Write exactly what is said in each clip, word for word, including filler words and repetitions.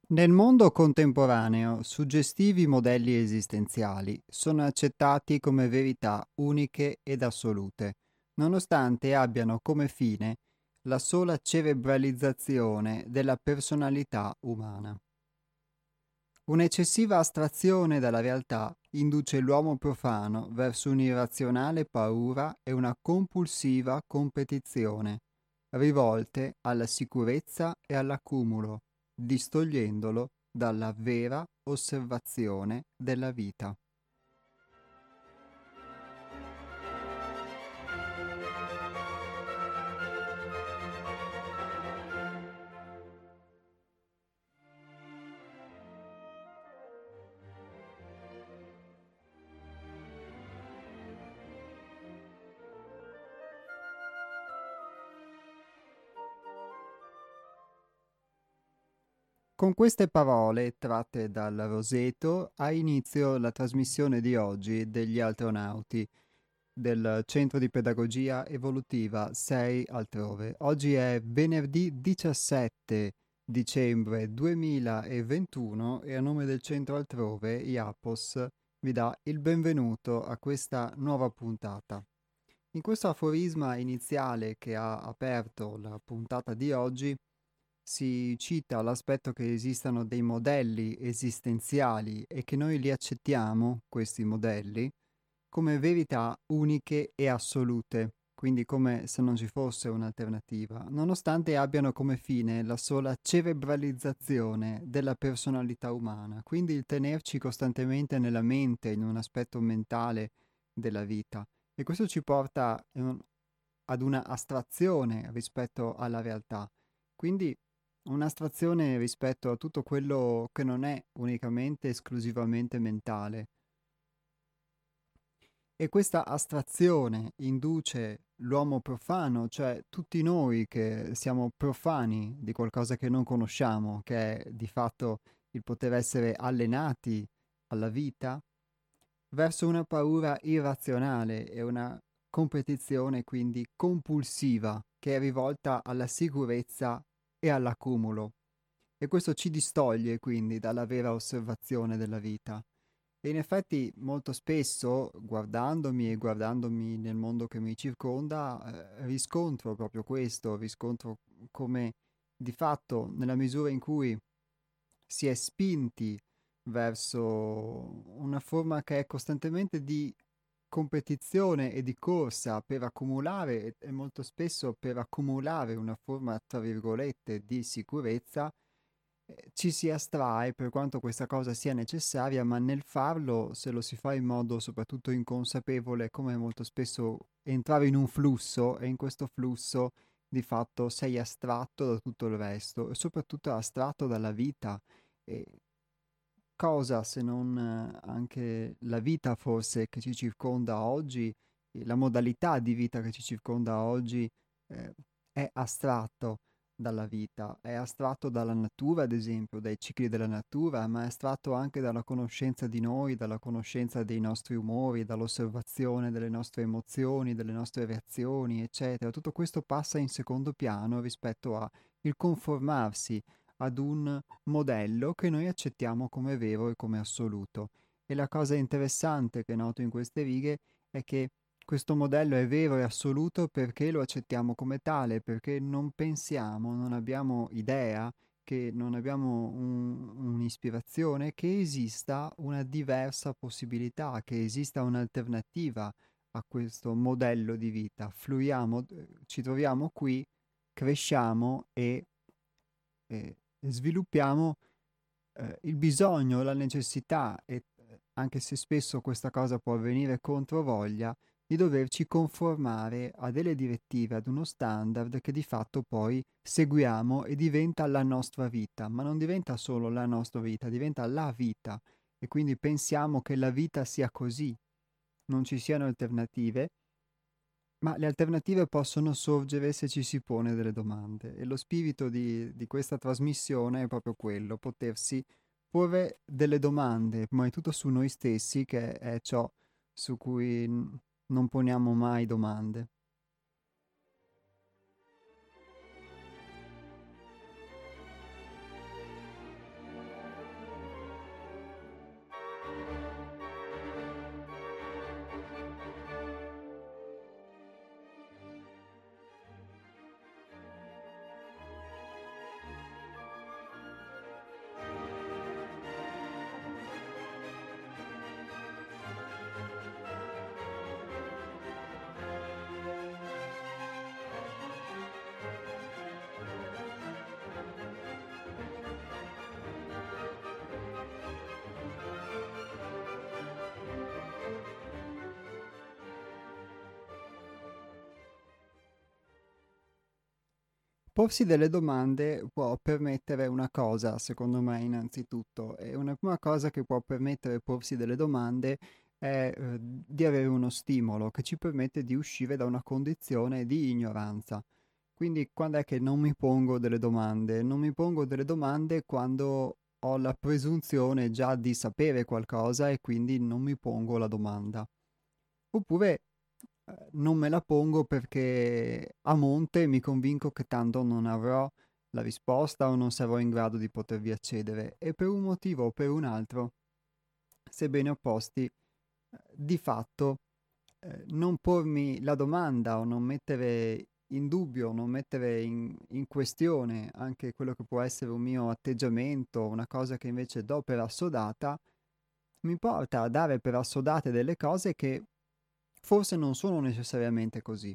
Nel mondo contemporaneo, suggestivi modelli esistenziali sono accettati come verità uniche ed assolute, nonostante abbiano come fine la sola cerebralizzazione della personalità umana. Un'eccessiva astrazione dalla realtà induce l'uomo profano verso un'irrazionale paura e una compulsiva competizione, rivolte alla sicurezza e all'accumulo, distogliendolo dalla vera osservazione della vita. Con queste parole, tratte dal Roseto, ha inizio la trasmissione di oggi degli astronauti del Centro di Pedagogia Evolutiva sei altrove. Oggi è venerdì diciassette dicembre duemilaventuno e a nome del Centro Altrove, IAPOS, vi dà il benvenuto a questa nuova puntata. In questo aforisma iniziale che ha aperto la puntata di oggi si cita l'aspetto che esistano dei modelli esistenziali e che noi li accettiamo, questi modelli, come verità uniche e assolute, quindi come se non ci fosse un'alternativa, nonostante abbiano come fine la sola cerebralizzazione della personalità umana, quindi il tenerci costantemente nella mente, in un aspetto mentale della vita. E questo ci porta eh, ad una astrazione rispetto alla realtà. Quindi un'astrazione rispetto a tutto quello che non è unicamente esclusivamente mentale. E questa astrazione induce l'uomo profano, cioè tutti noi che siamo profani di qualcosa che non conosciamo, che è di fatto il poter essere allenati alla vita, verso una paura irrazionale e una competizione quindi compulsiva che è rivolta alla sicurezza e all'accumulo. E questo ci distoglie quindi dalla vera osservazione della vita. E in effetti molto spesso, guardandomi e guardandomi nel mondo che mi circonda, eh, riscontro proprio questo, riscontro come di fatto nella misura in cui si è spinti verso una forma che è costantemente di competizione e di corsa per accumulare e, e molto spesso per accumulare una forma, tra virgolette, di sicurezza, eh, ci si astrae per quanto questa cosa sia necessaria, ma nel farlo, se lo si fa in modo soprattutto inconsapevole, come molto spesso entrare in un flusso e in questo flusso di fatto sei astratto da tutto il resto e soprattutto astratto dalla vita. E cosa se non eh, anche la vita forse che ci circonda oggi, e la modalità di vita che ci circonda oggi eh, è astratto dalla vita, è astratto dalla natura, ad esempio, dai cicli della natura, ma è astratto anche dalla conoscenza di noi, dalla conoscenza dei nostri umori, dall'osservazione delle nostre emozioni, delle nostre reazioni, eccetera. Tutto questo passa in secondo piano rispetto a il conformarsi ad un modello che noi accettiamo come vero e come assoluto. E la cosa interessante che noto in queste righe è che questo modello è vero e assoluto perché lo accettiamo come tale, perché non pensiamo, non abbiamo idea, che non abbiamo un- un'ispirazione, che esista una diversa possibilità, che esista un'alternativa a questo modello di vita. Fluiamo, eh, ci troviamo qui, cresciamo e, e sviluppiamo eh, il bisogno, la necessità, e eh, anche se spesso questa cosa può avvenire contro voglia, di doverci conformare a delle direttive, ad uno standard che di fatto poi seguiamo e diventa la nostra vita, ma non diventa solo la nostra vita, diventa la vita e quindi pensiamo che la vita sia così, non ci siano alternative, ma le alternative possono sorgere se ci si pone delle domande e lo spirito di, di questa trasmissione è proprio quello, potersi porre delle domande, prima di tutto su noi stessi, che è ciò su cui n- non poniamo mai domande. porsi delle domande può permettere una cosa, secondo me, innanzitutto, e una prima cosa che può permettere porsi delle domande è eh, di avere uno stimolo che ci permette di uscire da una condizione di ignoranza. Quindi quando è che non mi pongo delle domande? Non mi pongo delle domande quando ho la presunzione già di sapere qualcosa e quindi non mi pongo la domanda. Oppure eh, non me la pongo perché a monte mi convinco che tanto non avrò la risposta o non sarò in grado di potervi accedere e per un motivo o per un altro, sebbene opposti, eh, di fatto eh, non pormi la domanda o non mettere in dubbio, non mettere in, in questione anche quello che può essere un mio atteggiamento, una cosa che invece do per assodata, mi porta a dare per assodate delle cose che forse non sono necessariamente così.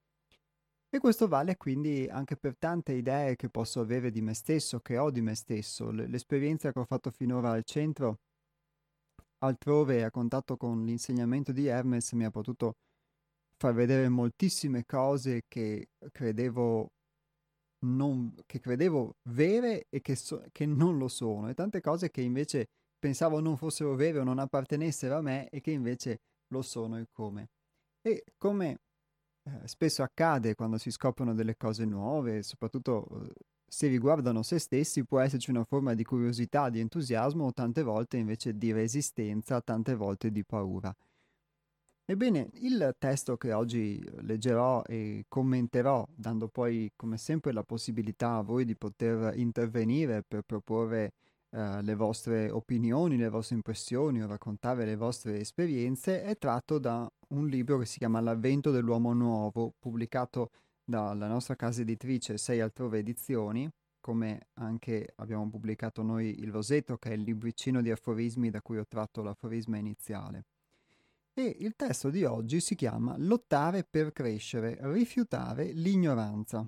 E questo vale quindi anche per tante idee che posso avere di me stesso, che ho di me stesso. L- l'esperienza che ho fatto finora al centro, altrove a contatto con l'insegnamento di Hermes, mi ha potuto far vedere moltissime cose che credevo, non, che credevo vere e che, so- che non lo sono, e tante cose che invece pensavo non fossero vere o non appartenessero a me e che invece lo sono e come. E come eh, spesso accade quando si scoprono delle cose nuove, soprattutto eh, se riguardano se stessi, può esserci una forma di curiosità, di entusiasmo, o tante volte invece di resistenza, tante volte di paura. Ebbene, il testo che oggi leggerò e commenterò, dando poi come sempre la possibilità a voi di poter intervenire per proporre eh, le vostre opinioni, le vostre impressioni o raccontare le vostre esperienze, è tratto da un libro che si chiama L'avvento dell'uomo nuovo, pubblicato dalla nostra casa editrice Sei Altrove Edizioni, come anche abbiamo pubblicato noi il Roseto, che è il libricino di aforismi da cui ho tratto l'aforisma iniziale. E il testo di oggi si chiama Lottare per crescere, rifiutare l'ignoranza.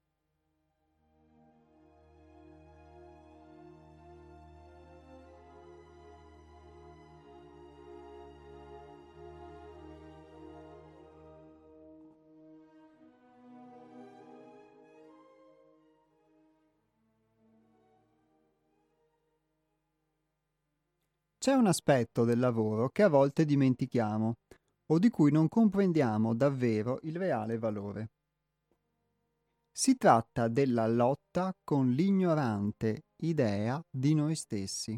C'è un aspetto del lavoro che a volte dimentichiamo o di cui non comprendiamo davvero il reale valore. Si tratta della lotta con l'ignorante idea di noi stessi.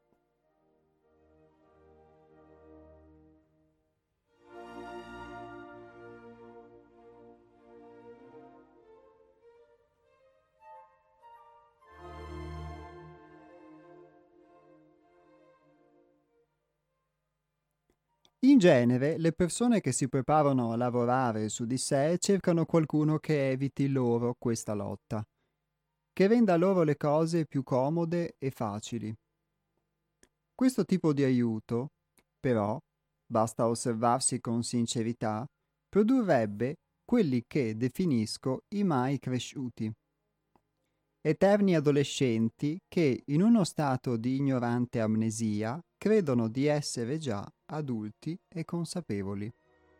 In genere, le persone che si preparano a lavorare su di sé cercano qualcuno che eviti loro questa lotta, che renda loro le cose più comode e facili. Questo tipo di aiuto, però, basta osservarsi con sincerità, produrrebbe quelli che definisco i mai cresciuti. Eterni adolescenti che, in uno stato di ignorante amnesia, credono di essere già adulti e consapevoli.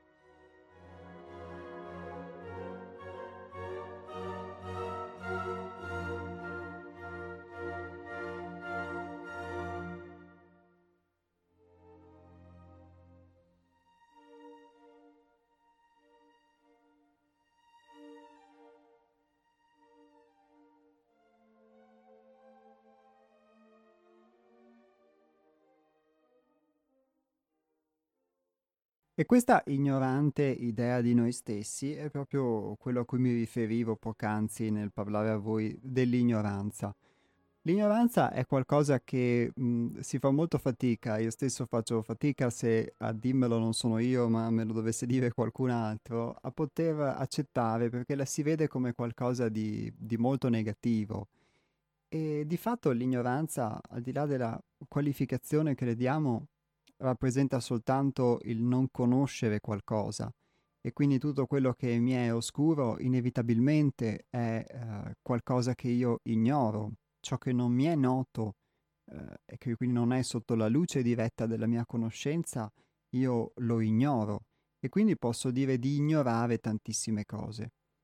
E questa ignorante idea di noi stessi è proprio quello a cui mi riferivo poc'anzi nel parlare a voi dell'ignoranza. L'ignoranza è qualcosa che mh, si fa molto fatica, io stesso faccio fatica, se a dirmelo non sono io, ma me lo dovesse dire qualcun altro, a poter accettare perché la si vede come qualcosa di, di molto negativo. E di fatto l'ignoranza, al di là della qualificazione che le diamo, rappresenta soltanto il non conoscere qualcosa. E quindi tutto quello che mi è oscuro inevitabilmente è eh, qualcosa che io ignoro. Ciò che non mi è noto eh, e che quindi non è sotto la luce diretta della mia conoscenza, io lo ignoro. E quindi posso dire di ignorare tantissime cose.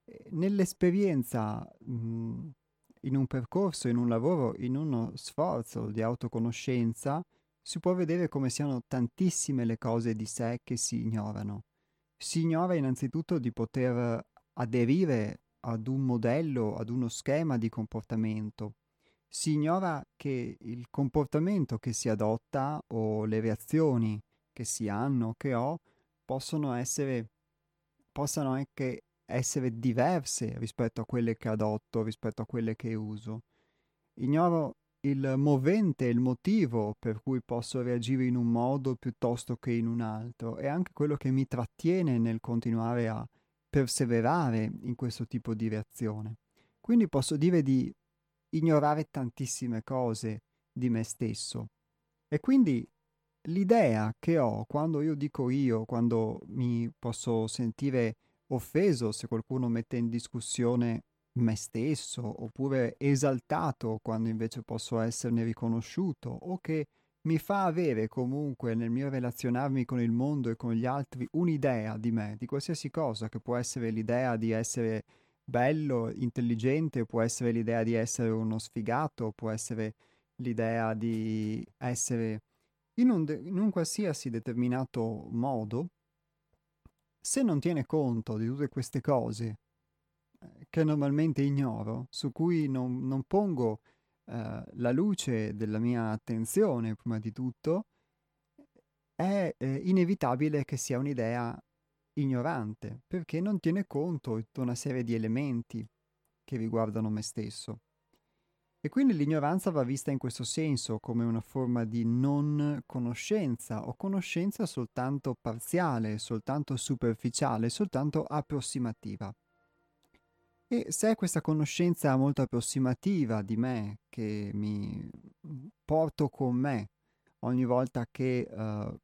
Eh, Nell'esperienza, mh, in un percorso, in un lavoro, in uno sforzo di autoconoscenza, si può vedere come siano tantissime le cose di sé che si ignorano. Si ignora innanzitutto di poter aderire ad un modello, ad uno schema di comportamento. Si ignora che il comportamento che si adotta o le reazioni che si hanno, che ho, possono essere, possano anche essere diverse rispetto a quelle che adotto, rispetto a quelle che uso. Ignoro il movente, il motivo per cui posso reagire in un modo piuttosto che in un altro e anche quello che mi trattiene nel continuare a perseverare in questo tipo di reazione. Quindi posso dire di ignorare tantissime cose di me stesso. E quindi l'idea che ho quando io dico io, quando mi posso sentire offeso se qualcuno mette in discussione me stesso, oppure esaltato quando invece posso esserne riconosciuto, o che mi fa avere comunque nel mio relazionarmi con il mondo e con gli altri un'idea di me, di qualsiasi cosa, che può essere l'idea di essere bello, intelligente, può essere l'idea di essere uno sfigato, può essere l'idea di essere in un, de- in un qualsiasi determinato modo, se non tiene conto di tutte queste cose eh, che normalmente ignoro, su cui non, non pongo eh, la luce della mia attenzione, prima di tutto, è eh, inevitabile che sia un'idea ignorante, perché non tiene conto di tutta una serie di elementi che riguardano me stesso. E quindi l'ignoranza va vista in questo senso, come una forma di non conoscenza o conoscenza soltanto parziale, soltanto superficiale, soltanto approssimativa. E se è questa conoscenza molto approssimativa di me che mi porto con me ogni volta che eh,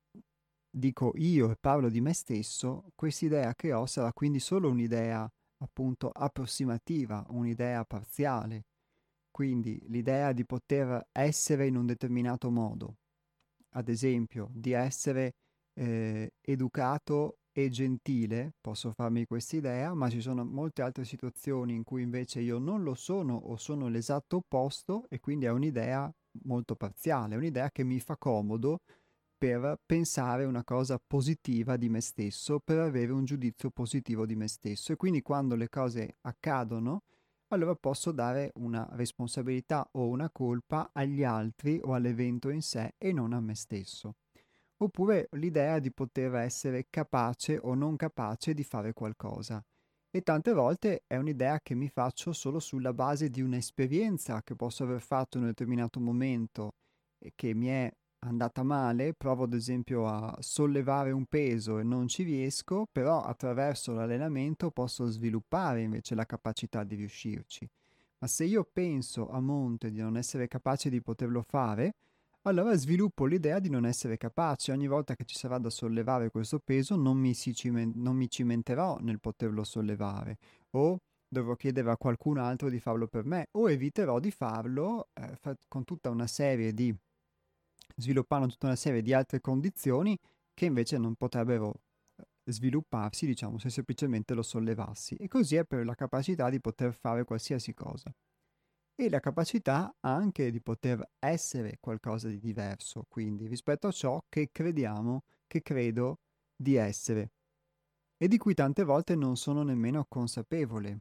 dico io e parlo di me stesso, quest'idea che ho sarà quindi solo un'idea appunto approssimativa, un'idea parziale. Quindi l'idea di poter essere in un determinato modo, ad esempio di essere eh, educato e gentile, posso farmi questa idea, ma ci sono molte altre situazioni in cui invece io non lo sono o sono l'esatto opposto e quindi è un'idea molto parziale, è un'idea che mi fa comodo per pensare una cosa positiva di me stesso, per avere un giudizio positivo di me stesso e quindi quando le cose accadono allora posso dare una responsabilità o una colpa agli altri o all'evento in sé e non a me stesso. Oppure l'idea di poter essere capace o non capace di fare qualcosa. E tante volte è un'idea che mi faccio solo sulla base di un'esperienza che posso aver fatto in un determinato momento e che mi è andata male, provo ad esempio a sollevare un peso e non ci riesco, però attraverso l'allenamento posso sviluppare invece la capacità di riuscirci. Ma se io penso a monte di non essere capace di poterlo fare, allora sviluppo l'idea di non essere capace. Ogni volta che ci sarà da sollevare questo peso non mi, si cimen- non mi cimenterò nel poterlo sollevare o dovrò chiedere a qualcun altro di farlo per me o eviterò di farlo eh, fa- con tutta una serie di sviluppando tutta una serie di altre condizioni che invece non potrebbero eh, svilupparsi, diciamo, se semplicemente lo sollevassi. E così è per la capacità di poter fare qualsiasi cosa. E la capacità anche di poter essere qualcosa di diverso, quindi rispetto a ciò che crediamo, che credo di essere, e di cui tante volte non sono nemmeno consapevole.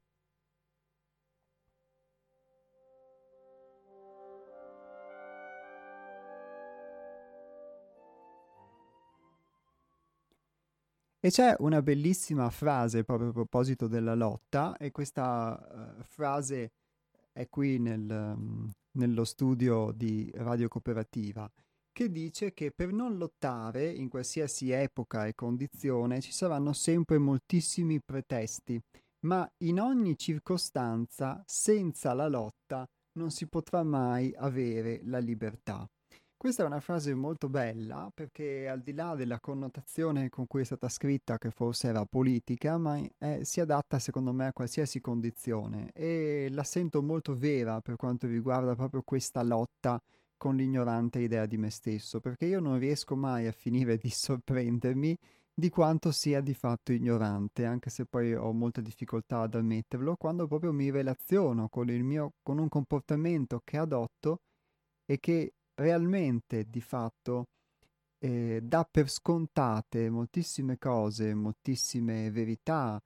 E c'è una bellissima frase proprio a proposito della lotta, e questa eh, frase è qui nel, mm, nello studio di Radio Cooperativa, che dice che per non lottare in qualsiasi epoca e condizione ci saranno sempre moltissimi pretesti, ma in ogni circostanza senza la lotta non si potrà mai avere la libertà. Questa è una frase molto bella perché al di là della connotazione con cui è stata scritta, che forse era politica, ma è- si adatta secondo me a qualsiasi condizione e la sento molto vera per quanto riguarda proprio questa lotta con l'ignorante idea di me stesso, perché io non riesco mai a finire di sorprendermi di quanto sia di fatto ignorante, anche se poi ho molta difficoltà ad ammetterlo, quando proprio mi relaziono con il mio, con un comportamento che adotto e che realmente di fatto eh, dà per scontate moltissime cose, moltissime verità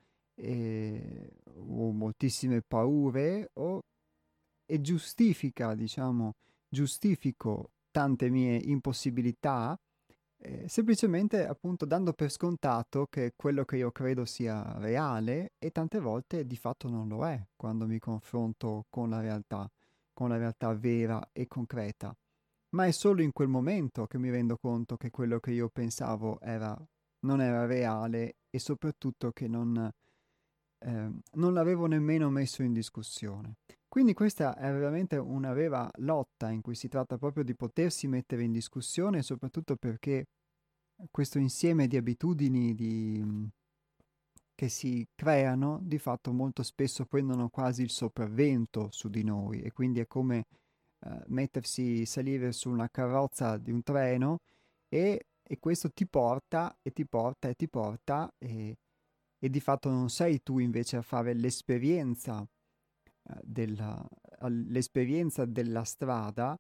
eh, o moltissime paure o, e giustifica, diciamo, giustifico tante mie impossibilità eh, semplicemente appunto dando per scontato che quello che io credo sia reale e tante volte di fatto non lo è quando mi confronto con la realtà, con la realtà vera e concreta. Ma è solo in quel momento che mi rendo conto che quello che io pensavo era, non era reale e soprattutto che non, ehm, non l'avevo nemmeno messo in discussione. Quindi questa è veramente una vera lotta in cui si tratta proprio di potersi mettere in discussione, soprattutto perché questo insieme di abitudini di, mhmm, che si creano, di fatto molto spesso prendono quasi il sopravvento su di noi e quindi è come eh, mettersi, salire su una carrozza di un treno e, e questo ti porta e ti porta e ti porta e, e di fatto non sei tu invece a fare l'esperienza eh, della, l'esperienza della strada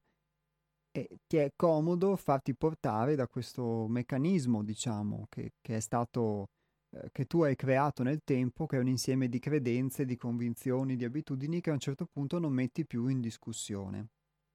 e ti è comodo farti portare da questo meccanismo, diciamo, che, che è stato, eh, che tu hai creato nel tempo, che è un insieme di credenze, di convinzioni, di abitudini che a un certo punto non metti più in discussione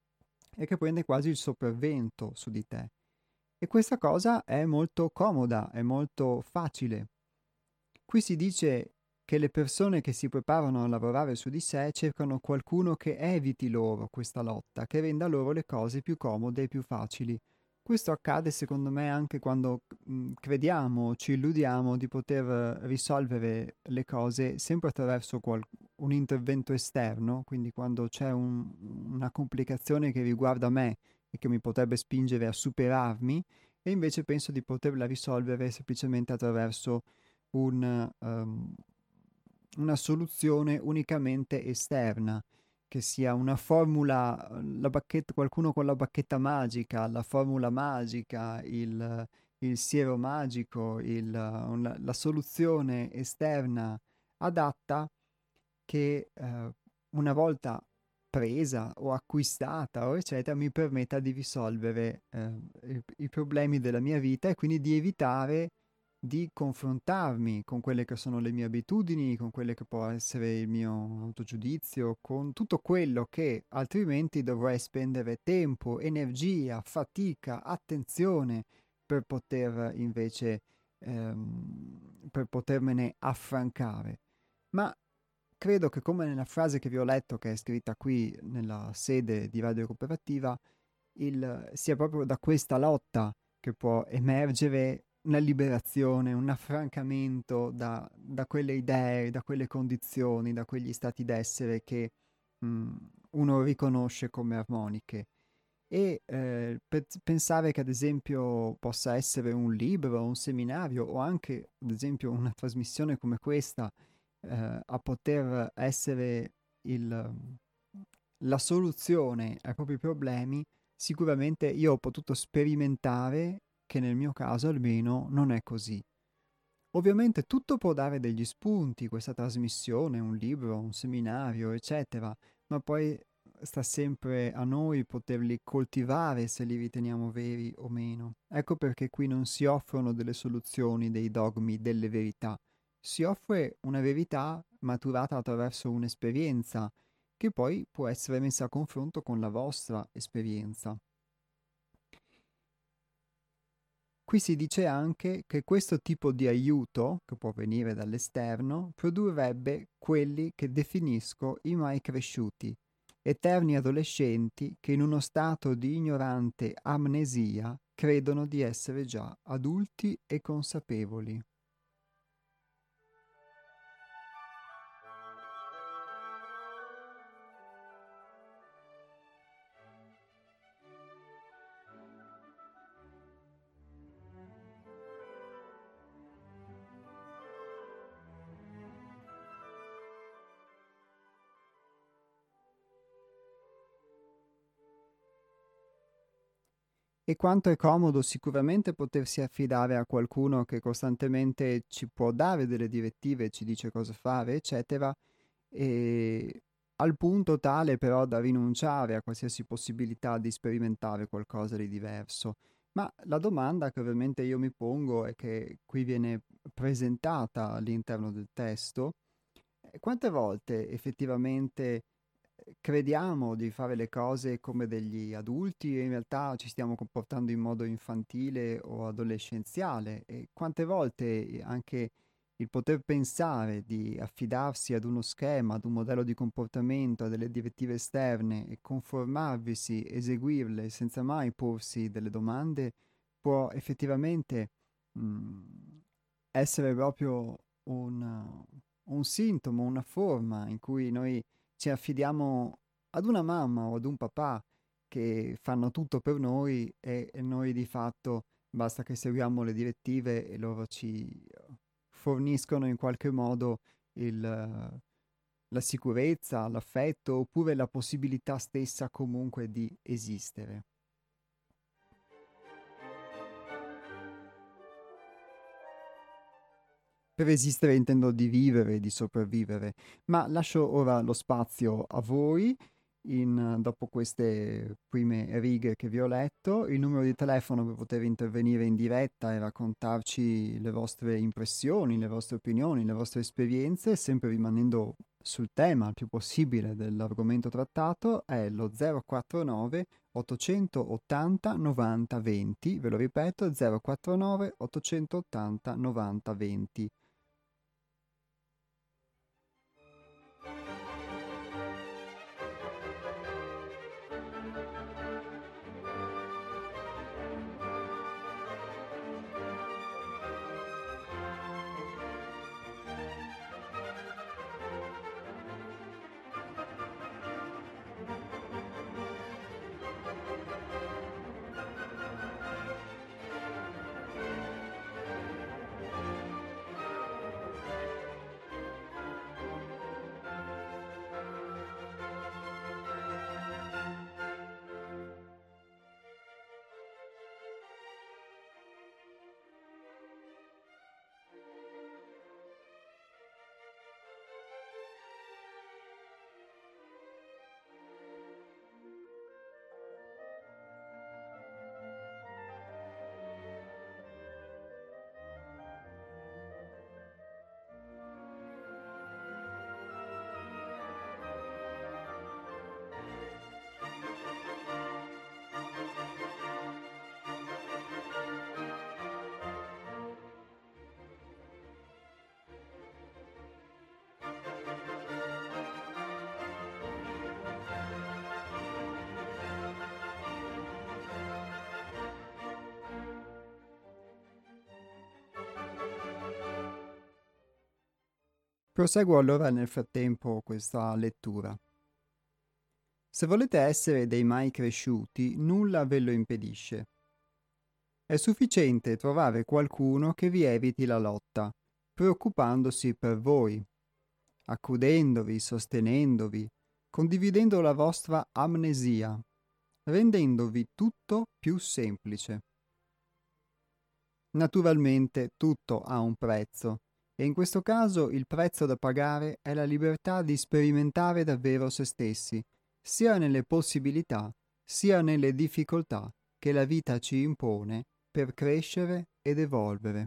e che prende quasi il sopravvento su di te. E questa cosa è molto comoda, è molto facile. Qui si dice che le persone che si preparano a lavorare su di sé cercano qualcuno che eviti loro questa lotta, che renda loro le cose più comode e più facili. Questo accade secondo me anche quando mh, crediamo, ci illudiamo di poter eh, risolvere le cose sempre attraverso qual- un intervento esterno, quindi quando c'è un- una complicazione che riguarda me e che mi potrebbe spingere a superarmi, e invece penso di poterla risolvere semplicemente attraverso un, ehm, una soluzione unicamente esterna, che sia una formula, la bacchetta, qualcuno con la bacchetta magica, la formula magica, il, il siero magico, il, una- la soluzione esterna adatta che eh, una volta presa o acquistata o eccetera mi permetta di risolvere eh, i, i problemi della mia vita e quindi di evitare di confrontarmi con quelle che sono le mie abitudini, con quelle che può essere il mio autogiudizio, con tutto quello che altrimenti dovrei spendere tempo, energia, fatica, attenzione per poter invece ehm, per potermene affrancare. Ma credo che come nella frase che vi ho letto, che è scritta qui nella sede di Radio Cooperativa, il, sia proprio da questa lotta che può emergere una liberazione, un affrancamento da, da quelle idee, da quelle condizioni, da quegli stati d'essere che mh, uno riconosce come armoniche. E eh, pe- pensare che ad esempio possa essere un libro, un seminario o anche ad esempio una trasmissione come questa eh, a poter essere il, la soluzione ai propri problemi, sicuramente io ho potuto sperimentare che nel mio caso almeno non è così. Ovviamente tutto può dare degli spunti, questa trasmissione, un libro, un seminario, eccetera, ma poi sta sempre a noi poterli coltivare se li riteniamo veri o meno. Ecco perché qui non si offrono delle soluzioni, dei dogmi, delle verità. Si offre una verità maturata attraverso un'esperienza che poi può essere messa a confronto con la vostra esperienza. Qui si dice anche che questo tipo di aiuto, che può venire dall'esterno, produrrebbe quelli che definisco i mai cresciuti, eterni adolescenti che in uno stato di ignorante amnesia credono di essere già adulti e consapevoli. E quanto è comodo sicuramente potersi affidare a qualcuno che costantemente ci può dare delle direttive, ci dice cosa fare, eccetera, e al punto tale però da rinunciare a qualsiasi possibilità di sperimentare qualcosa di diverso. Ma la domanda che ovviamente io mi pongo e che qui viene presentata all'interno del testo è quante volte effettivamente eh, crediamo di fare le cose come degli adulti e in realtà ci stiamo comportando in modo infantile o adolescenziale e quante volte anche il poter pensare di affidarsi ad uno schema, ad un modello di comportamento, a delle direttive esterne e conformarvisi, eseguirle senza mai porsi delle domande, può effettivamente mh, essere proprio un, un sintomo, una forma in cui noi ci affidiamo ad una mamma o ad un papà che fanno tutto per noi e, e noi di fatto basta che seguiamo le direttive e loro ci forniscono in qualche modo il, la sicurezza, l'affetto oppure la possibilità stessa comunque di esistere. Per esistere intendo di vivere, di sopravvivere, ma lascio ora lo spazio a voi in, dopo queste prime righe che vi ho letto, il numero di telefono per poter intervenire in diretta e raccontarci le vostre impressioni, le vostre opinioni, le vostre esperienze, sempre rimanendo sul tema il più possibile dell'argomento trattato, è lo zero quattro nove ottocentottanta novanta venti, ve lo ripeto, zero quattro nove ottocentottanta novanta venti. Proseguo allora nel frattempo questa lettura. Se volete essere dei mai cresciuti, nulla ve lo impedisce. È sufficiente trovare qualcuno che vi eviti la lotta, preoccupandosi per voi, accudendovi, sostenendovi, condividendo la vostra amnesia, rendendovi tutto più semplice. Naturalmente tutto ha un prezzo, e in questo caso il prezzo da pagare è la libertà di sperimentare davvero se stessi, sia nelle possibilità, sia nelle difficoltà che la vita ci impone per crescere ed evolvere.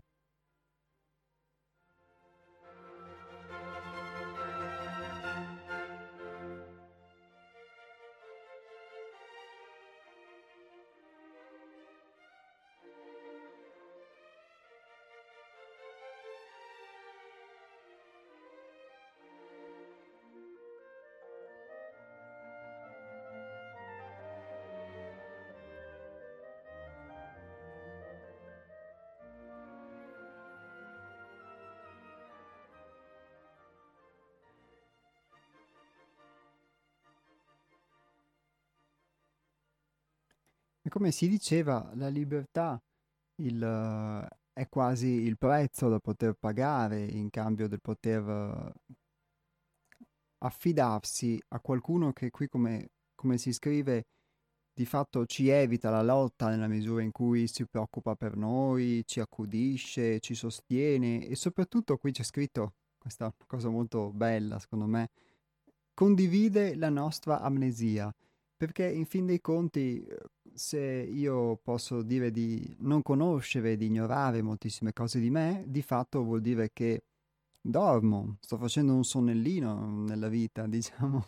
E come si diceva, la libertà il, eh, è quasi il prezzo da poter pagare in cambio del poter eh, affidarsi a qualcuno che qui, come, come si scrive, di fatto ci evita la lotta nella misura in cui si preoccupa per noi, ci accudisce, ci sostiene e soprattutto qui c'è scritto questa cosa molto bella, secondo me, condivide la nostra amnesia, perché in fin dei conti, eh, se io posso dire di non conoscere, di ignorare moltissime cose di me, di fatto vuol dire che dormo, sto facendo un sonnellino nella vita, diciamo,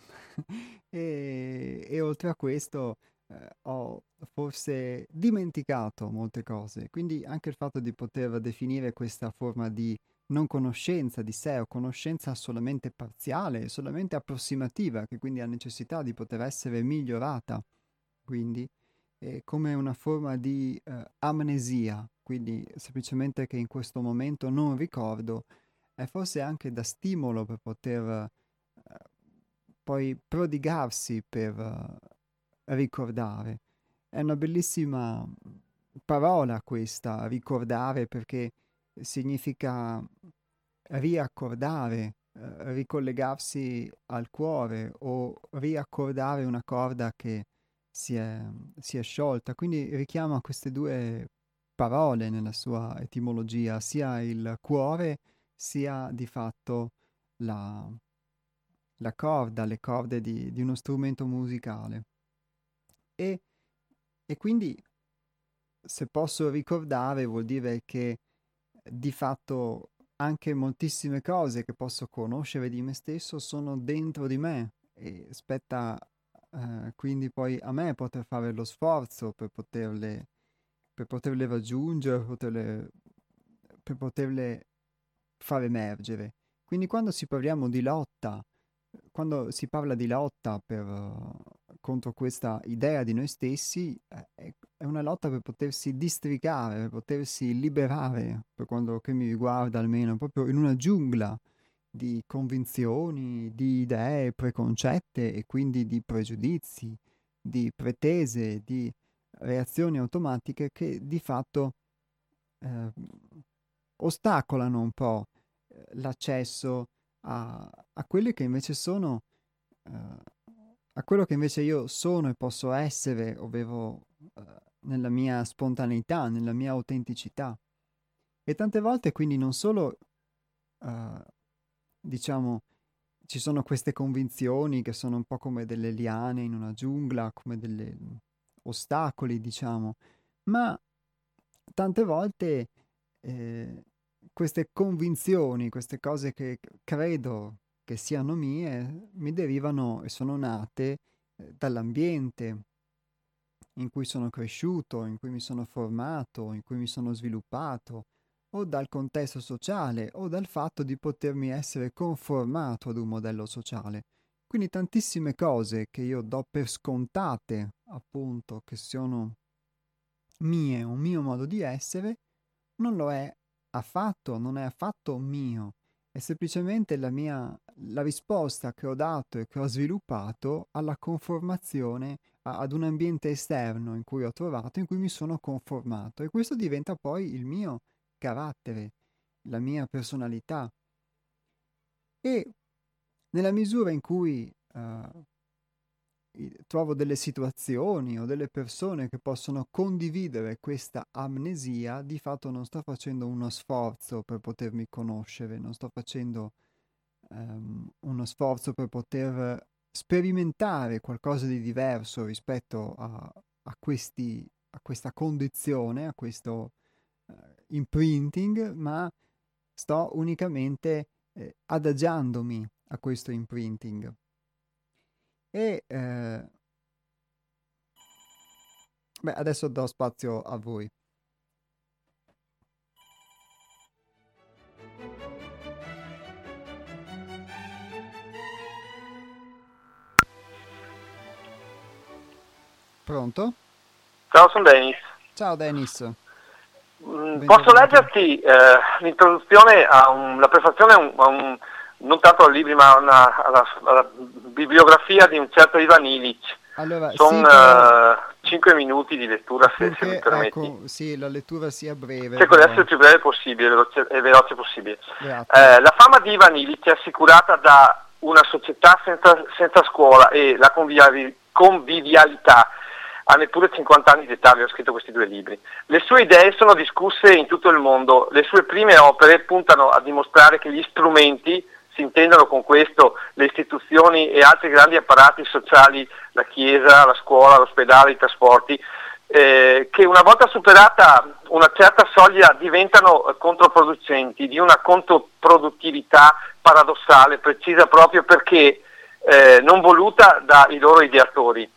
e, e oltre a questo eh, ho forse dimenticato molte cose, quindi anche il fatto di poter definire questa forma di non conoscenza di sé o conoscenza solamente parziale, solamente approssimativa, che quindi ha necessità di poter essere migliorata, quindi è come una forma di eh, amnesia, quindi semplicemente che in questo momento non ricordo, è forse anche da stimolo per poter eh, poi prodigarsi per eh, ricordare. È una bellissima parola questa, ricordare, perché significa riaccordare, eh, ricollegarsi al cuore o riaccordare una corda che si è, si è sciolta. Quindi richiama queste due parole nella sua etimologia, sia il cuore sia di fatto la, la corda, le corde di, di uno strumento musicale. E, e quindi se posso ricordare vuol dire che di fatto anche moltissime cose che posso conoscere di me stesso sono dentro di me e spetta eh, quindi poi a me poter fare lo sforzo per poterle, per poterle raggiungere, per poterle, per poterle far emergere. Quindi quando si parliamo di lotta, quando si parla di lotta per, uh, contro questa idea di noi stessi, eh, è, è una lotta per potersi districare, per potersi liberare, per quanto che mi riguarda almeno, proprio in una giungla di convinzioni, di idee preconcette e quindi di pregiudizi, di pretese, di reazioni automatiche che di fatto eh, ostacolano un po' eh, l'accesso a, a quelli che invece sono, eh, a quello che invece io sono e posso essere, ovvero eh, nella mia spontaneità, nella mia autenticità. E tante volte quindi non solo, eh, diciamo, ci sono queste convinzioni che sono un po' come delle liane in una giungla, come degli ostacoli, diciamo, ma tante volte eh, queste convinzioni, queste cose che credo che siano mie, mi derivano e sono nate eh, dall'ambiente in cui sono cresciuto, in cui mi sono formato, in cui mi sono sviluppato, o dal contesto sociale, o dal fatto di potermi essere conformato ad un modello sociale. Quindi tantissime cose che io do per scontate, appunto, che sono mie, un mio modo di essere, non lo è affatto, non è affatto mio, è semplicemente la mia, la risposta che ho dato e che ho sviluppato alla conformazione a- ad un ambiente esterno in cui ho trovato, in cui mi sono conformato e questo diventa poi il mio carattere, la mia personalità. E nella misura in cui eh, i- trovo delle situazioni o delle persone che possono condividere questa amnesia, di fatto non sto facendo uno sforzo per potermi conoscere, non sto facendo ehm, uno sforzo per poter sperimentare qualcosa di diverso rispetto a, a questi, a questa condizione, a questo eh, imprinting, ma sto unicamente eh, adagiandomi a questo imprinting. E eh, beh, adesso do spazio a voi. Pronto? Ciao, sono Dennis. Ciao Dennis, Mm, Posso bentornato. leggerti eh, l'introduzione a un, la prefazione a un, a un- non tanto ai libri ma a una- alla, alla bibliografia di un certo Ivan Illich. Allora, sì, però Sono cinque minuti di lettura, se, se mi purché, permetti. ecco, sì, la lettura sia breve, Cerco di però. essere il più breve possibile veloce, e veloce possibile. Grazie. Eh, la fama di Ivan Illich è assicurata da una società senza, senza scuola e la convivi- convivialità ha neppure cinquanta anni di età, aveva scritto questi due libri. Le sue idee sono discusse in tutto il mondo, le sue prime opere puntano a dimostrare che gli strumenti, si intendono con questo le istituzioni e altri grandi apparati sociali, la chiesa, la scuola, l'ospedale, i trasporti, eh, che una volta superata una certa soglia diventano controproducenti, di una controproduttività paradossale, precisa proprio perché eh, non voluta dai loro ideatori.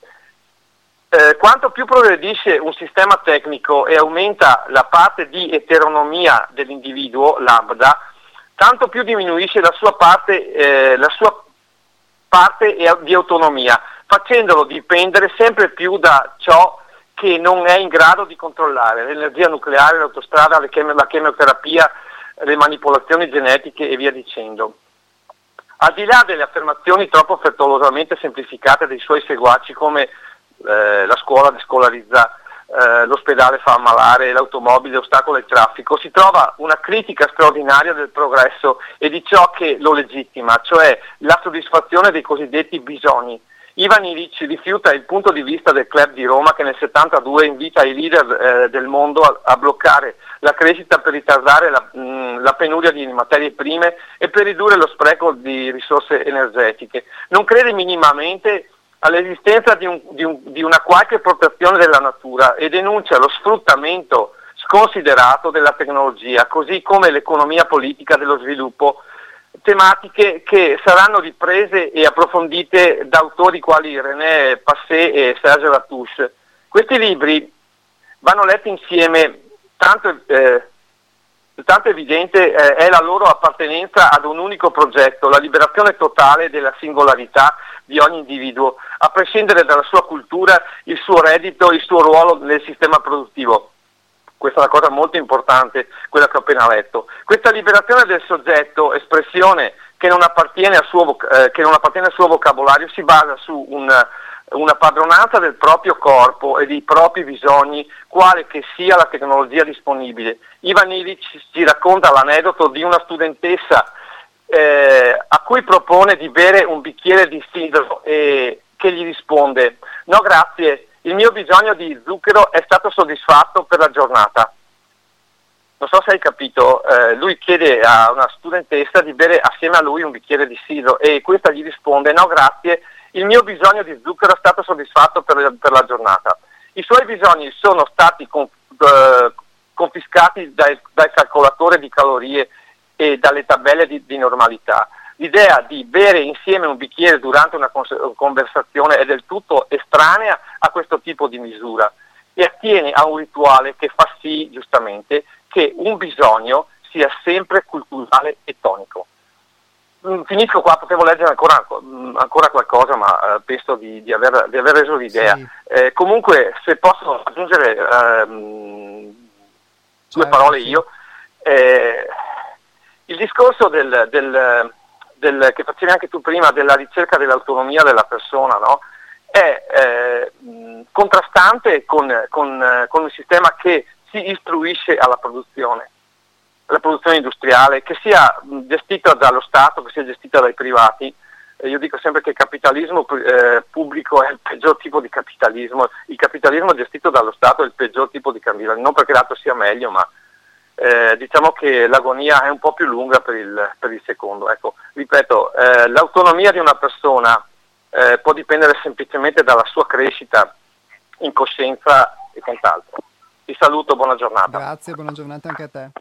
Eh, quanto più progredisce un sistema tecnico e aumenta la parte di eteronomia dell'individuo, lambda, tanto più diminuisce la sua parte, eh, la sua parte di autonomia, facendolo dipendere sempre più da ciò che non è in grado di controllare: l'energia nucleare, l'autostrada, le chemi- la chemioterapia, le manipolazioni genetiche e via dicendo. Al di là delle affermazioni troppo frettolosamente semplificate dei suoi seguaci come eh, la scuola descolarizza, eh, l'ospedale fa ammalare, l'automobile ostacola il traffico, si trova una critica straordinaria del progresso e di ciò che lo legittima, cioè la soddisfazione dei cosiddetti bisogni. Ivan Illich rifiuta il punto di vista del club di Roma che nel settantadue invita i leader eh, del mondo a, a bloccare la crescita per ritardare la, mh, la penuria di materie prime e per ridurre lo spreco di risorse energetiche. Non crede minimamente all'esistenza di, un, di, un, di una qualche protezione della natura e denuncia lo sfruttamento sconsiderato della tecnologia, così come l'economia politica dello sviluppo, tematiche che saranno riprese e approfondite da autori quali René Passet e Serge Latouche. Questi libri vanno letti insieme, tanto, eh, tanto evidente eh, è la loro appartenenza ad un unico progetto, la liberazione totale della singolarità di ogni individuo, a prescindere dalla sua cultura, il suo reddito, il suo ruolo nel sistema produttivo. Questa è una cosa molto importante, quella che ho appena letto. Questa liberazione del soggetto, espressione che non appartiene al suo, eh, che non appartiene al suo vocabolario, si basa su un, una padronanza del proprio corpo e dei propri bisogni, quale che sia la tecnologia disponibile. Ivan Illich ci racconta l'aneddoto di una studentessa eh, a cui propone di bere un bicchiere di sidro e che gli risponde: no grazie, il mio bisogno di zucchero è stato soddisfatto per la giornata. Non so se hai capito, eh, lui chiede a una studentessa di bere assieme a lui un bicchiere di sidro e questa gli risponde: no grazie, il mio bisogno di zucchero è stato soddisfatto per, per la giornata. I suoi bisogni sono stati con, eh, confiscati dal, dal calcolatore di calorie e dalle tabelle di, di normalità. L'idea di bere insieme un bicchiere durante una conversazione è del tutto estranea a questo tipo di misura e attiene a un rituale che fa sì, giustamente, che un bisogno sia sempre culturale e tonico. Finisco qua, potevo leggere ancora, ancora qualcosa, ma eh, penso di, di, aver, di aver reso l'idea. Sì. Eh, comunque, se posso aggiungere ehm, due certo, parole sì. io, eh, il discorso del... del Del, che facevi anche tu prima, della ricerca dell'autonomia della persona, no? È eh, mh, contrastante con, con, eh, con un sistema che si istruisce alla produzione, alla produzione industriale, che sia mh, gestita dallo Stato, che sia gestita dai privati. Eh, io dico sempre che il capitalismo eh, pubblico è il peggior tipo di capitalismo, il capitalismo gestito dallo Stato è il peggior tipo di capitalismo, non perché l'altro sia meglio, ma Eh, diciamo che l'agonia è un po' più lunga per il, per il secondo. Ecco, ripeto, eh, l'autonomia di una persona eh, può dipendere semplicemente dalla sua crescita in coscienza e quant'altro. Ti saluto, buona giornata. Grazie, buona giornata anche a te.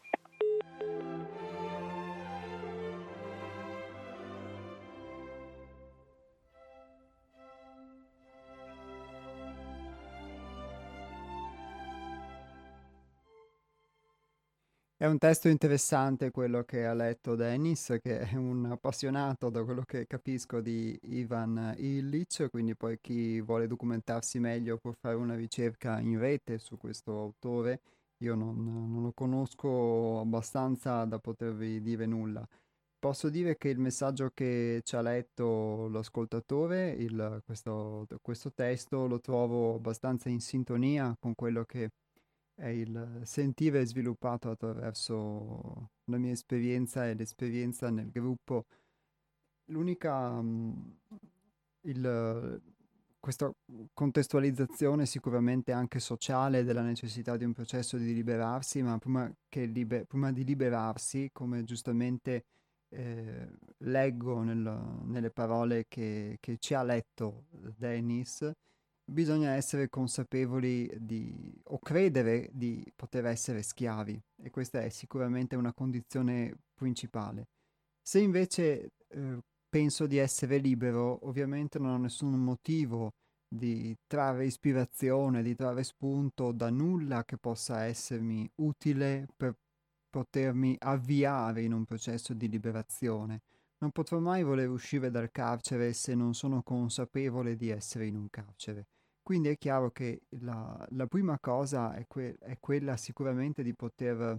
È un testo interessante quello che ha letto Dennis, che è un appassionato, da quello che capisco, di Ivan Illich, quindi poi chi vuole documentarsi meglio può fare una ricerca in rete su questo autore. Io non, non lo conosco abbastanza da potervi dire nulla. Posso dire che il messaggio che ci ha letto l'ascoltatore, il, questo, questo testo, lo trovo abbastanza in sintonia con quello che è il sentire sviluppato attraverso la mia esperienza e l'esperienza nel gruppo. L'unica, mm, il, questa contestualizzazione sicuramente anche sociale della necessità di un processo di liberarsi, ma prima, che liber- prima di liberarsi, come giustamente eh, leggo nel- nelle parole che, che ci ha letto Dennis, bisogna essere consapevoli di, o credere di poter essere schiavi, e questa è sicuramente una condizione principale. Se invece eh, penso di essere libero, ovviamente non ho nessun motivo di trarre ispirazione, di trarre spunto da nulla che possa essermi utile per potermi avviare in un processo di liberazione. Non potrò mai voler uscire dal carcere se non sono consapevole di essere in un carcere. Quindi è chiaro che la, la prima cosa è, que- è quella sicuramente di poter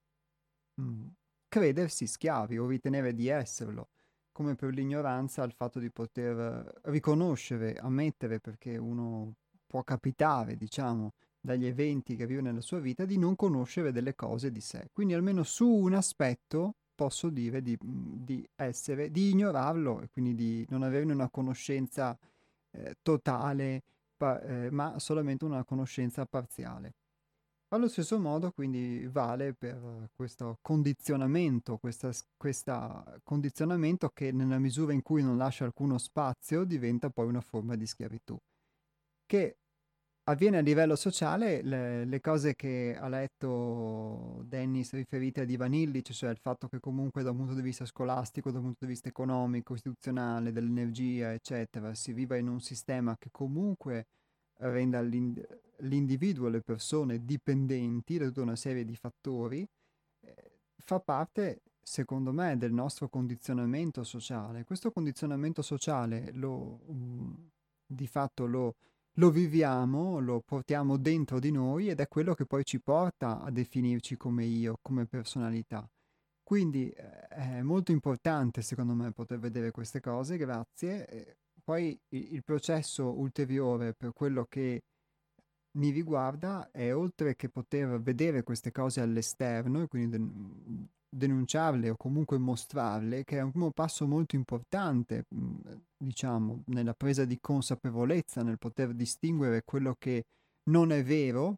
mm, credersi schiavi o ritenere di esserlo, come per l'ignoranza il fatto di poter riconoscere, ammettere, perché uno può capitare, diciamo, dagli eventi che vive nella sua vita, di non conoscere delle cose di sé. Quindi almeno su un aspetto posso dire di, di essere, di ignorarlo e quindi di non averne una conoscenza eh, totale, pa- eh, ma solamente una conoscenza parziale. Allo stesso modo, quindi, vale per questo condizionamento, questa, s- questa condizionamento che nella misura in cui non lascia alcuno spazio diventa poi una forma di schiavitù, che avviene a livello sociale. Le, le cose che ha letto Dennis riferite ad Ivan Illich, cioè il fatto che comunque da un punto di vista scolastico, da un punto di vista economico, istituzionale, dell'energia, eccetera, si viva in un sistema che comunque renda l'in- l'individuo, le persone dipendenti da tutta una serie di fattori, eh, fa parte, secondo me, del nostro condizionamento sociale. Questo condizionamento sociale lo, mm, di fatto lo, lo viviamo, lo portiamo dentro di noi ed è quello che poi ci porta a definirci come io, come personalità. Quindi eh, è molto importante, secondo me, poter vedere queste cose, grazie. E poi il, il processo ulteriore per quello che mi riguarda è, oltre che poter vedere queste cose all'esterno e quindi den- denunciarle o comunque mostrarle, che è un primo passo molto importante, mh, diciamo, nella presa di consapevolezza, nel poter distinguere quello che non è vero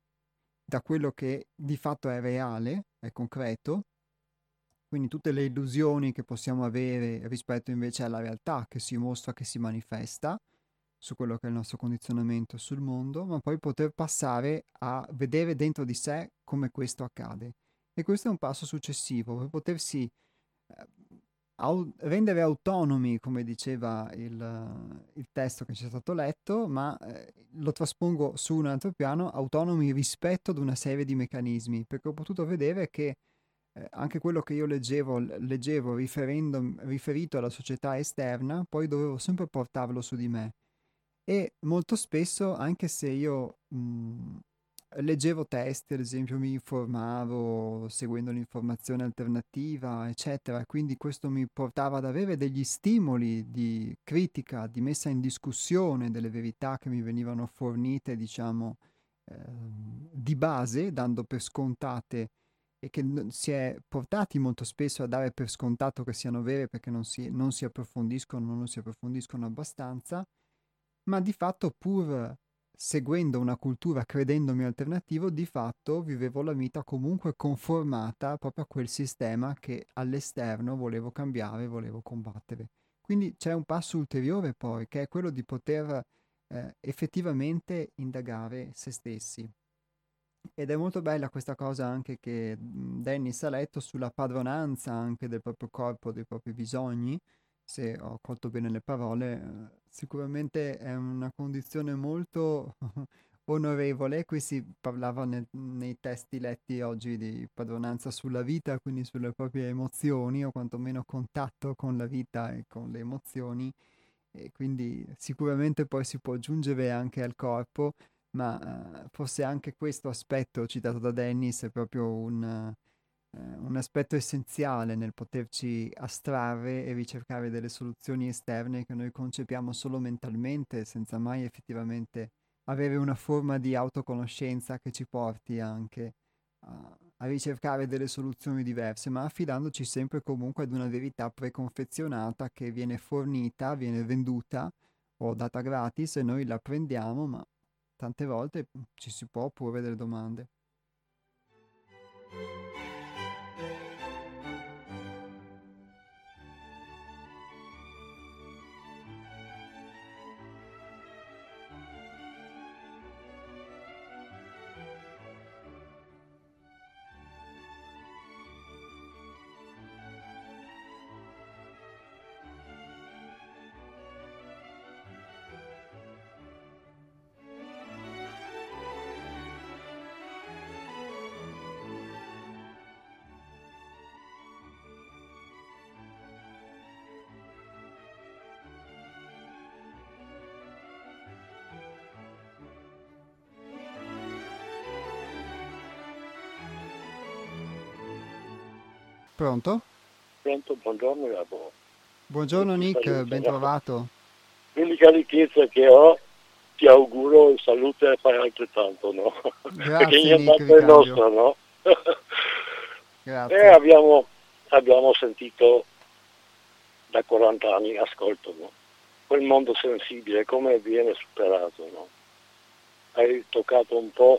da quello che di fatto è reale, è concreto, quindi tutte le illusioni che possiamo avere rispetto invece alla realtà che si mostra, che si manifesta su quello che è il nostro condizionamento sul mondo, ma poi poter passare a vedere dentro di sé come questo accade. E questo è un passo successivo per potersi eh, au- rendere autonomi, come diceva il, il testo che ci è stato letto, ma eh, lo traspongo su un altro piano, autonomi rispetto ad una serie di meccanismi, perché ho potuto vedere che eh, anche quello che io leggevo, leggevo riferendo- riferito alla società esterna, poi dovevo sempre portarlo su di me. E molto spesso, anche se io mh, leggevo testi, ad esempio mi informavo seguendo l'informazione alternativa, eccetera, quindi questo mi portava ad avere degli stimoli di critica, di messa in discussione delle verità che mi venivano fornite, diciamo, ehm, di base, dando per scontate, e che n- si è portati molto spesso a dare per scontato che siano vere perché non si, non si approfondiscono, non si approfondiscono abbastanza, ma di fatto, pur seguendo una cultura credendomi alternativo, di fatto vivevo la vita comunque conformata proprio a quel sistema che all'esterno volevo cambiare, volevo combattere. Quindi c'è un passo ulteriore poi, che è quello di poter eh, effettivamente indagare se stessi. Ed è molto bella questa cosa anche che mh, Dennis ha letto sulla padronanza anche del proprio corpo, dei propri bisogni, se ho colto bene le parole. Eh, sicuramente è una condizione molto onorevole. Qui si parlava nel- nei testi letti oggi di padronanza sulla vita, quindi sulle proprie emozioni, o quantomeno contatto con la vita e con le emozioni, e quindi sicuramente poi si può giungere anche al corpo, ma eh, forse anche questo aspetto citato da Dennis è proprio un, eh, un aspetto essenziale nel poterci astrarre e ricercare delle soluzioni esterne che noi concepiamo solo mentalmente, senza mai effettivamente avere una forma di autoconoscenza che ci porti anche a, a ricercare delle soluzioni diverse, ma affidandoci sempre comunque ad una verità preconfezionata che viene fornita, viene venduta o data gratis e noi la prendiamo, ma tante volte ci si può porre delle domande. Pronto? Pronto, buongiorno Gabbo. Buongiorno Nick, ben trovato. L'unica ricchezza che ho, ti auguro salute e fai altrettanto, no? Grazie, perché Nick, niente vi è cambio. nostro, no? Grazie. E abbiamo, abbiamo sentito da quaranta anni, ascolto, no? Quel mondo sensibile, come viene superato, no? Hai toccato un po'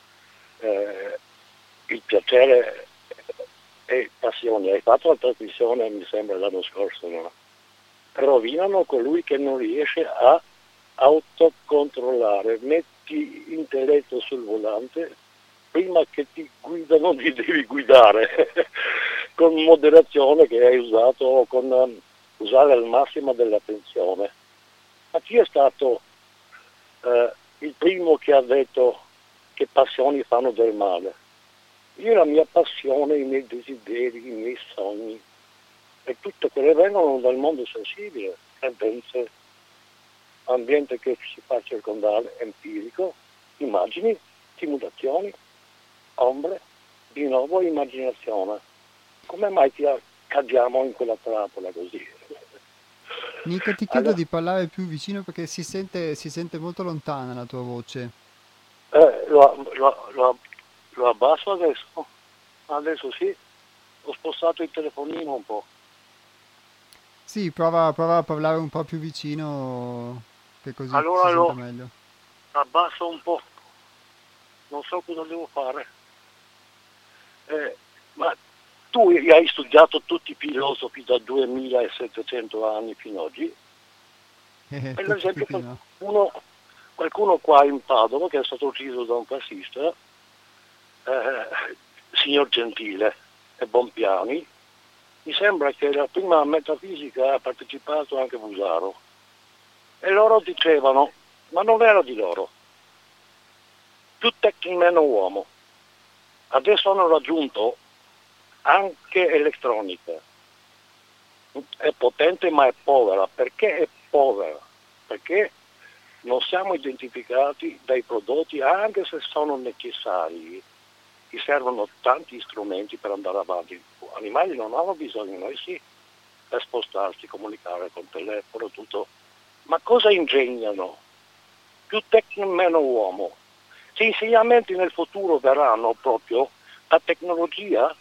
eh, il piacere e passione. Hai fatto la trasmissione, mi sembra, l'anno scorso, no? Rovinano colui che non riesce a autocontrollare. Metti intelletto sul volante, prima che ti guidano ti devi guidare con moderazione che hai usato, con um, usare al massimo dell'attenzione. Ma chi è stato eh, il primo che ha detto che passioni fanno del male? Io la mia passione, i miei desideri, i miei sogni, e tutte quelle vengono dal mondo sensibile, tendenze, ambiente che ci fa circondare, empirico, immagini, simulazioni, ombre, di nuovo immaginazione. Come mai ti cadiamo in quella trappola così? Nick, ti chiedo Allora, di parlare più vicino perché si sente, si sente molto lontana la tua voce. eh, lo, lo, lo, lo abbasso adesso? Adesso sì, ho spostato il telefonino un po'. Sì, prova, prova a parlare un po' più vicino, che così si Allora sente lo meglio. abbasso un po', non so cosa devo fare. Eh, ma tu hai studiato tutti i filosofi da duemilasettecento anni fino ad oggi. Eh, Per tutti esempio così, no? qualcuno, qualcuno qua in Padova che è stato ucciso da un fascista, eh, signor Gentile e Bompiani, mi sembra che la prima metafisica ha partecipato anche Busaro. E loro dicevano, ma non era di loro, più tecnico meno uomo. Adesso hanno raggiunto anche elettronica. È potente ma è povera. Perché è povera? Perché non siamo identificati dai prodotti, anche se sono necessari. Gli servono tanti strumenti per andare avanti. Gli animali non hanno bisogno, noi sì, per spostarsi, comunicare con telefono, tutto. Ma cosa ingegnano? Più tecnico meno uomo. Se insegnamenti nel futuro verranno proprio, la tecnologia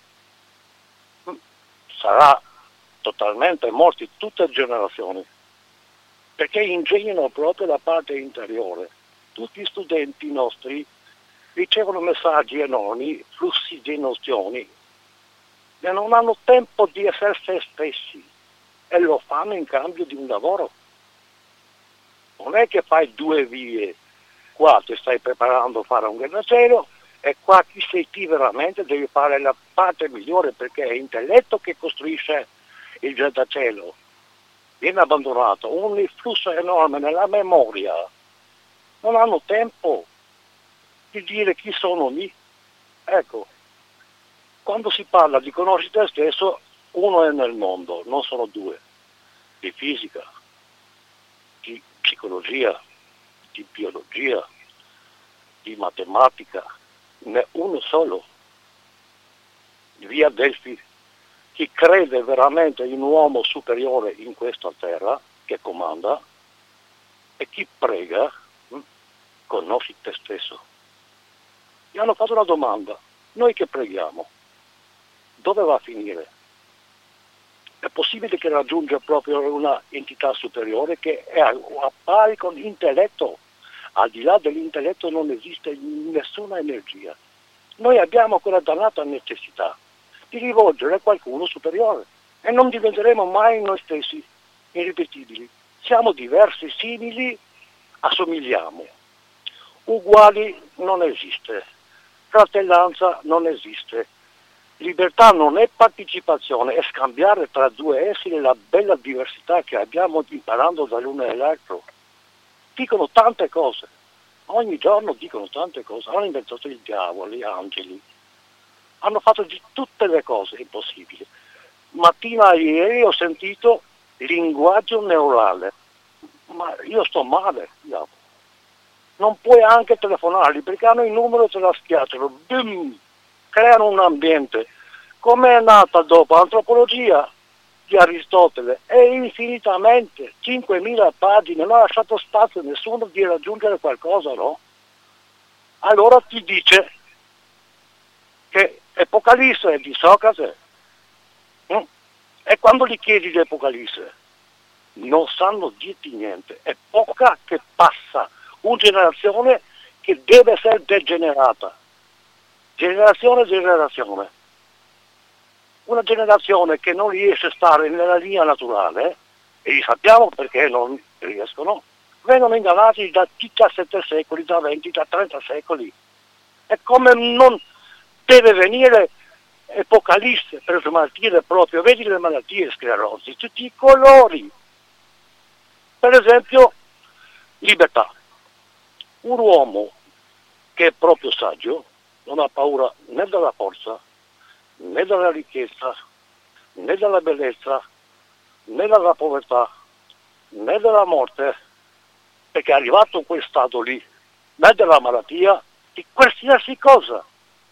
sarà totalmente morta tutte le generazioni, perché ingegnano proprio la parte interiore. Tutti gli studenti nostri ricevono messaggi enormi, flussi di nozioni, e non hanno tempo di essere se stessi e lo fanno in cambio di un lavoro. Non è che fai due vie, qua ti stai preparando a fare un grattacielo e qua chi sei ti veramente devi fare la parte migliore, perché è l'intelletto che costruisce il grattacielo. Viene abbandonato un flusso enorme nella memoria. Non hanno tempo di dire chi sono lì. Ecco, quando si parla di conoscere te stesso, uno è nel mondo, non sono due, di fisica, di psicologia, di biologia, di matematica, ne uno solo, via Delfi. Chi crede veramente in un uomo superiore in questa terra che comanda, e chi prega, hm, conosci te stesso. Gli hanno fatto una domanda, noi che preghiamo, dove va a finire? È possibile che raggiunga proprio una entità superiore che è a a pari con l'intelletto. Al di là dell'intelletto non esiste nessuna energia. Noi abbiamo quella dannata necessità di rivolgere a qualcuno superiore e non diventeremo mai noi stessi irripetibili. Siamo diversi, simili, assomigliamo. Uguali non esiste. Fratellanza non esiste. Libertà non è partecipazione, è scambiare tra due esseri la bella diversità che abbiamo imparando dall'uno e dall'altro. Dicono tante cose, ogni giorno dicono tante cose, hanno inventato il diavolo, gli angeli, hanno fatto di tutte le cose impossibili. Mattina ieri ho sentito linguaggio neurale, ma io sto male, diavolo. Non puoi anche telefonarli perché hanno il numero e te la schiacciano, bim, creano un ambiente. Come è nata dopo l'antropologia di Aristotele? È infinitamente, cinquemila pagine, non ha lasciato spazio a nessuno di raggiungere qualcosa, no? Allora ti dice che Apocalisse è di Socrate. Mm? E quando gli chiedi di Apocalisse, non sanno dirti niente. È poca che passa, una generazione che deve essere degenerata. Generazione generazione. Una generazione che non riesce a stare nella linea naturale, e li sappiamo perché non riescono, vengono ingannati da diciassette secoli, da venti, da trenta secoli. È come non deve venire Apocalisse per smaltire proprio, vedi le malattie sclerosi, tutti i colori. Per esempio, libertà. Un uomo che è proprio saggio non ha paura né della forza, né della ricchezza, né della bellezza, né della povertà, né della morte, perché è arrivato in quel stato lì, né della malattia, di qualsiasi cosa.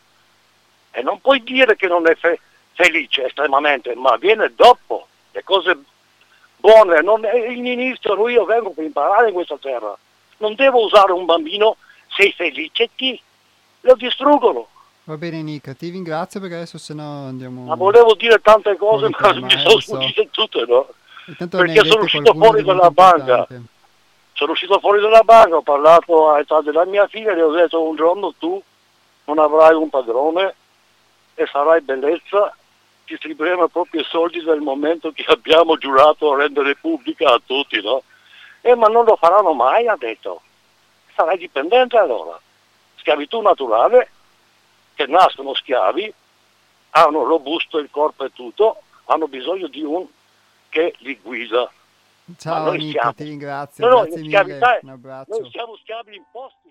E non puoi dire che non è fe- felice estremamente, ma viene dopo le cose buone, non è l'inizio, lui io vengo per imparare in questa terra. Non devo usare un bambino, sei felice chi? Lo distruggono. Va bene Nick, ti ringrazio perché adesso se no andiamo Ma volevo dire tante cose, fuori ma tema, mi eh, sono lo so. sfuggite tutte, no? Intanto ne hai Perché sono dette uscito qualcuna fuori di molto dalla banca. importante. Sono uscito fuori dalla banca, ho parlato all'età della mia figlia e le ho detto un giorno tu non avrai un padrone e sarai bellezza, distribuiremo proprio i soldi del momento che abbiamo giurato a rendere pubblica a tutti, no? Eh, ma non lo faranno mai, ha detto. Sarai dipendente allora. Schiavitù naturale, che nascono schiavi, hanno robusto il corpo e tutto, hanno bisogno di un che li guida. Ciao Ma noi Nick, siamo. ti ringrazio, No, no, grazie in mille, schiavità, un noi abbraccio. siamo schiavi imposti.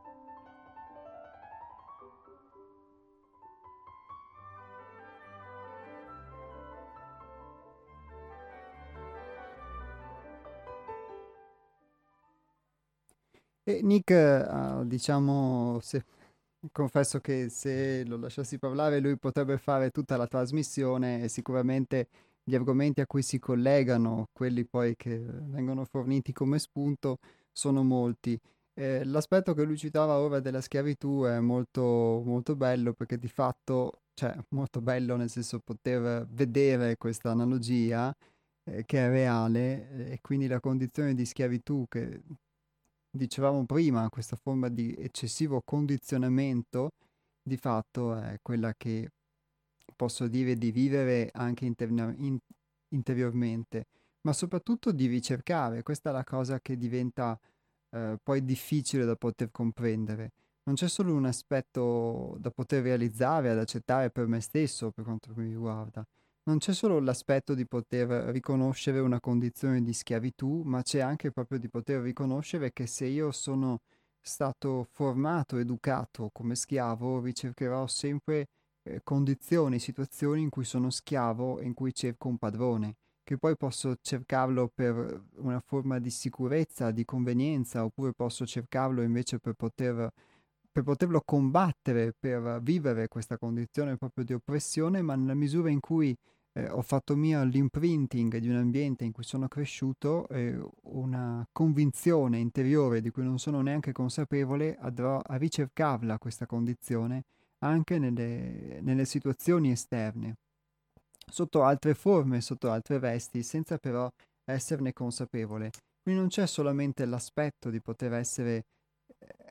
E Nick, eh, diciamo, se, confesso che se lo lasciassi parlare lui potrebbe fare tutta la trasmissione e sicuramente gli argomenti a cui si collegano, quelli poi che vengono forniti come spunto, sono molti. Eh, l'aspetto che lui citava ora della schiavitù è molto, molto bello perché di fatto, cioè molto bello nel senso poter vedere questa analogia eh, che è reale eh, e quindi la condizione di schiavitù che dicevamo prima, questa forma di eccessivo condizionamento, di fatto è quella che posso dire di vivere anche interna- in- interiormente, ma soprattutto di ricercare. Questa è la cosa che diventa eh, poi difficile da poter comprendere. Non c'è solo un aspetto da poter realizzare, ad accettare per me stesso, per quanto mi riguarda. Non c'è solo l'aspetto di poter riconoscere una condizione di schiavitù, ma c'è anche proprio di poter riconoscere che se io sono stato formato, educato come schiavo, ricercherò sempre eh, condizioni, situazioni in cui sono schiavo e in cui cerco un padrone, che poi posso cercarlo per una forma di sicurezza, di convenienza, oppure posso cercarlo invece per poter per poterlo combattere, per vivere questa condizione proprio di oppressione, ma nella misura in cui eh, ho fatto mio l'imprinting di un ambiente in cui sono cresciuto, eh, una convinzione interiore di cui non sono neanche consapevole, andrò a ricercarla questa condizione anche nelle, nelle situazioni esterne. sotto altre forme, sotto altre vesti, senza però esserne consapevole. Quindi non c'è solamente l'aspetto di poter essere eh,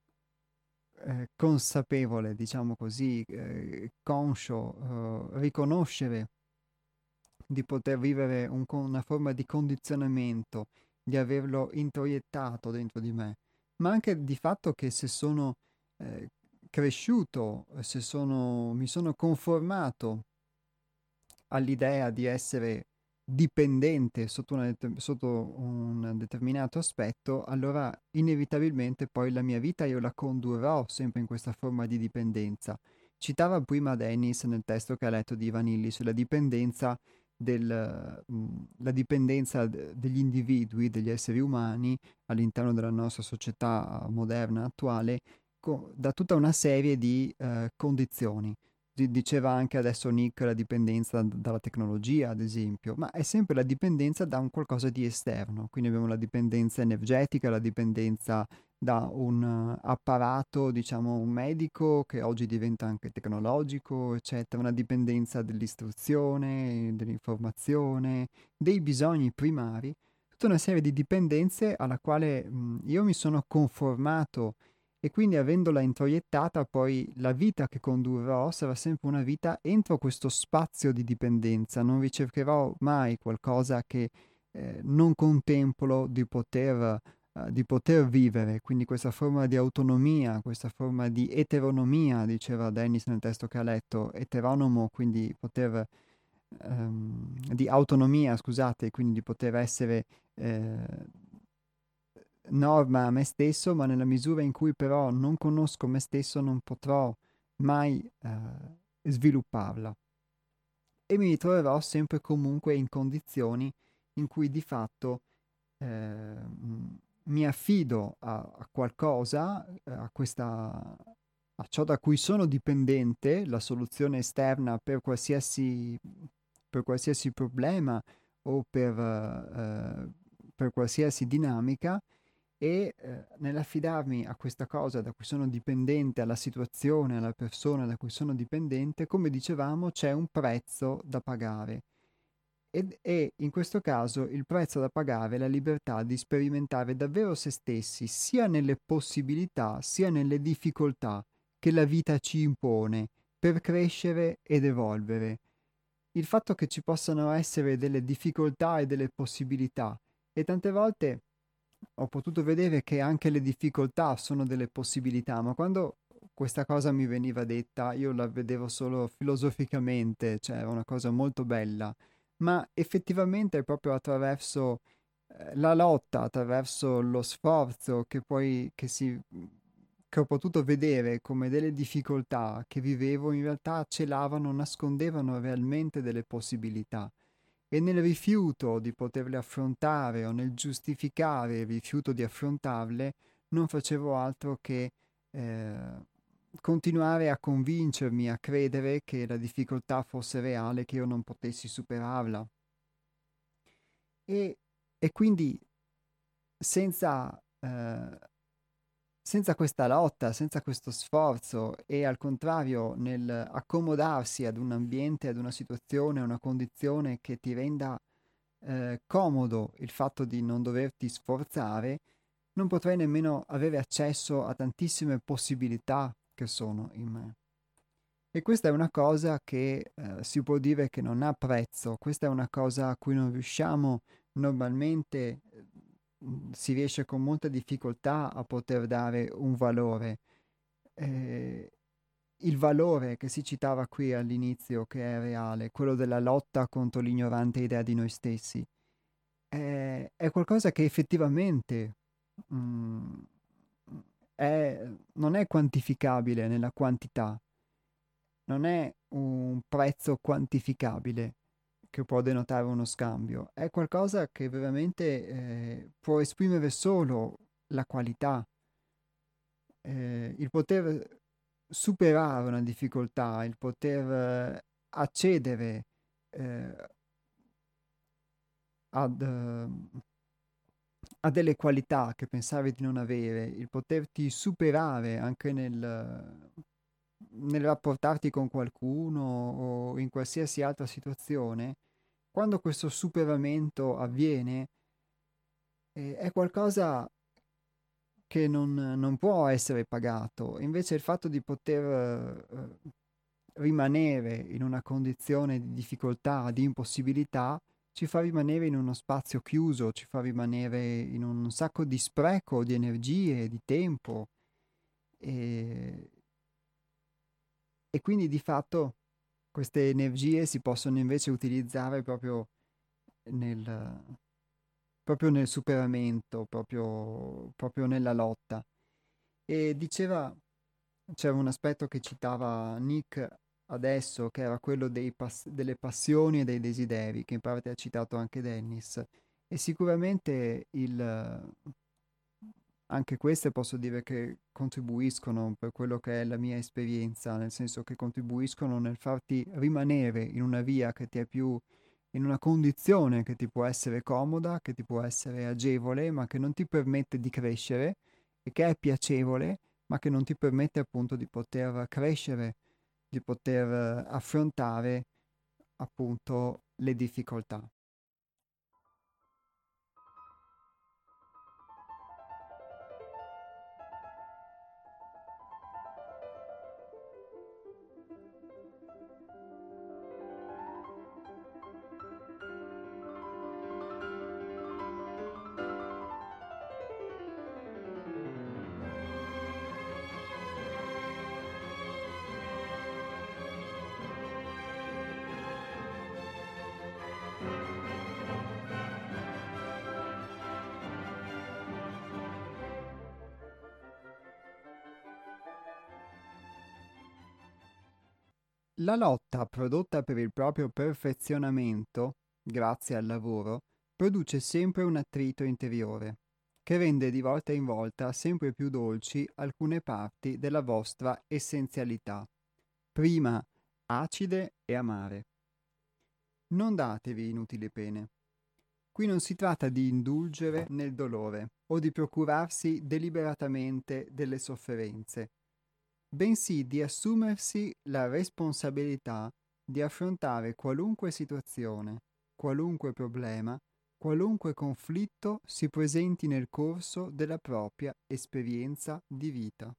eh, consapevole, diciamo così, eh, conscio, eh, riconoscere di poter vivere un co- una forma di condizionamento, di averlo introiettato dentro di me, ma anche di fatto che se sono eh, cresciuto, se sono, mi sono conformato all'idea di essere dipendente sotto, una det- sotto un determinato aspetto, allora inevitabilmente poi la mia vita io la condurrò sempre in questa forma di dipendenza. Citava prima Dennis nel testo che ha letto di Vanilli sulla dipendenza, del, mh, la dipendenza d- degli individui, degli esseri umani all'interno della nostra società moderna attuale, co- da tutta una serie di eh, condizioni. Di- Diceva anche adesso Nick la dipendenza d- dalla tecnologia, ad esempio, ma è sempre la dipendenza da un qualcosa di esterno. Quindi abbiamo la dipendenza energetica, la dipendenza da un eh, apparato, diciamo, un medico che oggi diventa anche tecnologico, eccetera, una dipendenza dell'istruzione, dell'informazione, dei bisogni primari, tutta una serie di dipendenze alla quale mh, io mi sono conformato e quindi avendola introiettata poi la vita che condurrò sarà sempre una vita entro questo spazio di dipendenza, non ricercherò mai qualcosa che eh, non contemplo di poter, eh, di poter vivere, quindi questa forma di autonomia, questa forma di eteronomia, diceva Dennis nel testo che ha letto, eteronomo, quindi poter, ehm, di autonomia, scusate, quindi di poter essere eh, norma a me stesso, ma nella misura in cui però non conosco me stesso non potrò mai eh, svilupparla e mi ritroverò sempre comunque in condizioni in cui di fatto eh, mh, mi affido a, a qualcosa, eh, a questa, a ciò da cui sono dipendente, la soluzione esterna per qualsiasi, per qualsiasi problema o per, eh, per qualsiasi dinamica e eh, nell'affidarmi a questa cosa da cui sono dipendente, alla situazione, alla persona da cui sono dipendente, come dicevamo, c'è un prezzo da pagare. Ed è in questo caso il prezzo da pagare è la libertà di sperimentare davvero se stessi, sia nelle possibilità, sia nelle difficoltà che la vita ci impone per crescere ed evolvere. Il fatto che ci possano essere delle difficoltà e delle possibilità, e tante volte ho potuto vedere che anche le difficoltà sono delle possibilità, ma quando questa cosa mi veniva detta io la vedevo solo filosoficamente, cioè era una cosa molto bella, ma effettivamente è proprio attraverso eh, la lotta, attraverso lo sforzo che poi che si che ho potuto vedere come delle difficoltà che vivevo in realtà celavano, nascondevano realmente delle possibilità e nel rifiuto di poterle affrontare o nel giustificare il rifiuto di affrontarle, non facevo altro che eh, continuare a convincermi, a credere che la difficoltà fosse reale, che io non potessi superarla. E, e quindi senza, eh, senza questa lotta, senza questo sforzo e al contrario nel accomodarsi ad un ambiente, ad una situazione, a una condizione che ti renda eh, comodo il fatto di non doverti sforzare, non potrei nemmeno avere accesso a tantissime possibilità che sono in me. E questa è una cosa che eh, si può dire che non ha prezzo, questa è una cosa a cui non riusciamo normalmente, eh, mh, si riesce con molta difficoltà a poter dare un valore. Eh, il valore che si citava qui all'inizio, che è reale, quello della lotta contro l'ignorante idea di noi stessi, è, è qualcosa che effettivamente mm, è- non è quantificabile nella quantità, non è un prezzo quantificabile che può denotare uno scambio, è qualcosa che veramente eh, può esprimere solo la qualità, eh, il poter superare una difficoltà, il poter eh, accedere eh, ad, eh, a delle qualità che pensavi di non avere, il poterti superare anche nel, nel rapportarti con qualcuno o in qualsiasi altra situazione, quando questo superamento avviene, eh, è qualcosa che non, non può essere pagato. Invece il fatto di poter eh, rimanere in una condizione di difficoltà, di impossibilità, ci fa rimanere in uno spazio chiuso, ci fa rimanere in un sacco di spreco di energie, di tempo e, e quindi di fatto queste energie si possono invece utilizzare proprio nel, proprio nel superamento, proprio, proprio nella lotta. E diceva, c'era un aspetto che citava Nick adesso, che era quello dei pass- delle passioni e dei desideri, che in parte ha citato anche Dennis. E sicuramente il, anche queste posso dire che contribuiscono per quello che è la mia esperienza, nel senso che contribuiscono nel farti rimanere in una via che ti è più, in una condizione che ti può essere comoda, che ti può essere agevole, ma che non ti permette di crescere e che è piacevole, ma che non ti permette appunto di poter crescere, di poter eh, affrontare appunto le difficoltà. La lotta prodotta per il proprio perfezionamento, grazie al lavoro, produce sempre un attrito interiore, che rende di volta in volta sempre più dolci alcune parti della vostra essenzialità, prima acide e amare. Non datevi inutili pene. Qui non si tratta di indulgere nel dolore o di procurarsi deliberatamente delle sofferenze, bensì di assumersi la responsabilità di affrontare qualunque situazione, qualunque problema, qualunque conflitto si presenti nel corso della propria esperienza di vita.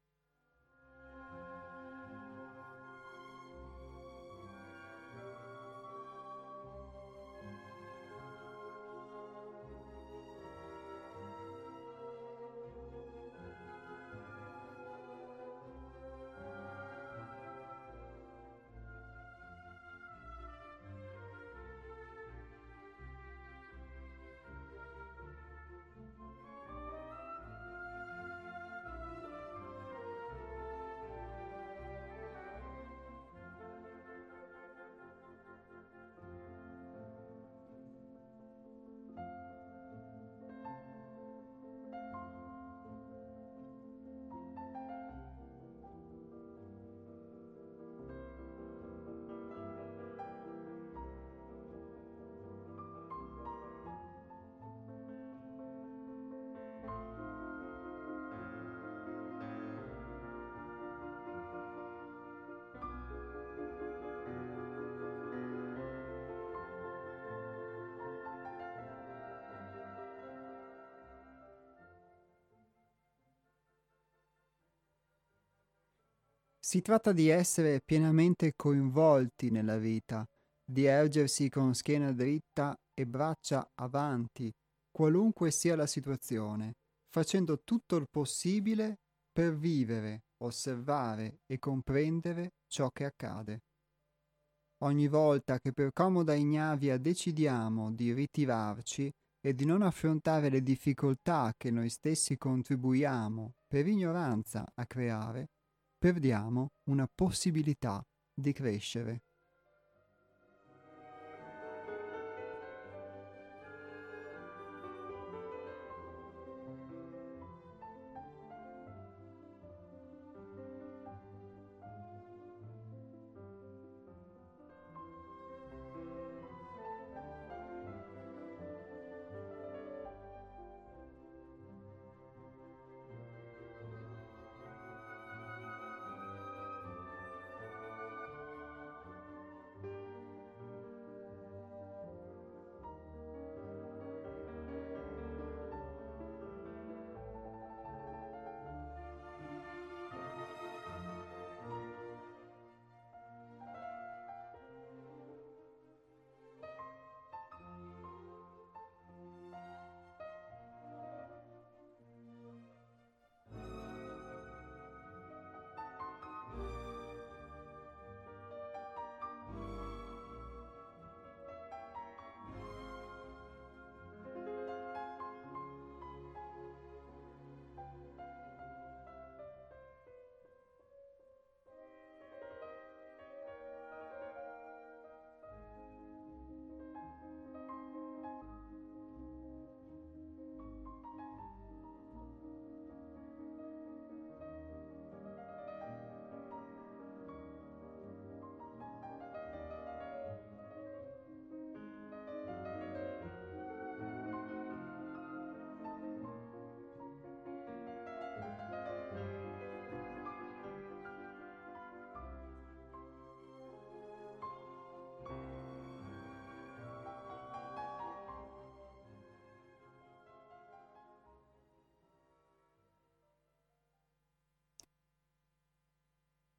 Si tratta di essere pienamente coinvolti nella vita, di ergersi con schiena dritta e braccia avanti, qualunque sia la situazione, facendo tutto il possibile per vivere, osservare e comprendere ciò che accade. Ogni volta che per comoda ignavia decidiamo di ritirarci e di non affrontare le difficoltà che noi stessi contribuiamo per ignoranza a creare, perdiamo una possibilità di crescere.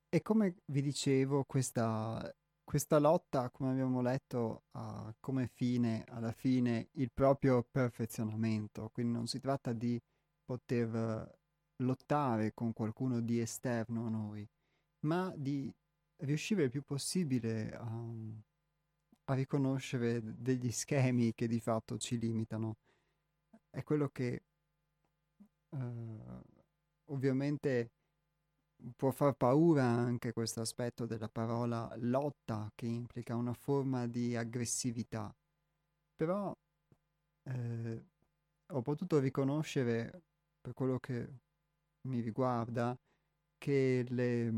E come vi dicevo, questa, questa lotta, come abbiamo letto, ha come fine, alla fine, il proprio perfezionamento. Quindi non si tratta di poter eh, lottare con qualcuno di esterno a noi, ma di riuscire il più possibile a, a riconoscere degli schemi che di fatto ci limitano. È quello che eh, ovviamente può far paura anche questo aspetto della parola lotta, che implica una forma di aggressività. Però eh, ho potuto riconoscere, per quello che mi riguarda, che le,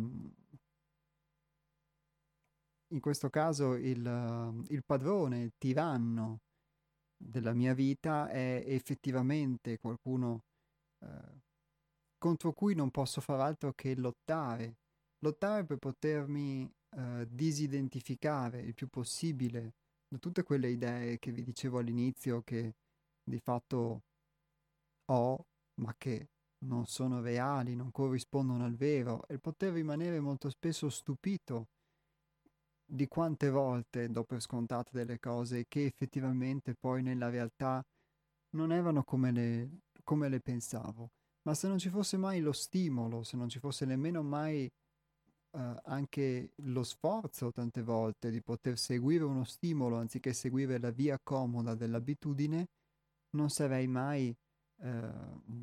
in questo caso il, il padrone, il tiranno della mia vita è effettivamente qualcuno eh, contro cui non posso far altro che lottare, lottare per potermi eh, disidentificare il più possibile da tutte quelle idee che vi dicevo all'inizio che di fatto ho, ma che non sono reali, non corrispondono al vero, e il poter rimanere molto spesso stupito di quante volte do per scontate delle cose che effettivamente poi nella realtà non erano come le, come le pensavo. Ma se non ci fosse mai lo stimolo, se non ci fosse nemmeno mai eh, anche lo sforzo tante volte di poter seguire uno stimolo anziché seguire la via comoda dell'abitudine, non sarei mai, eh,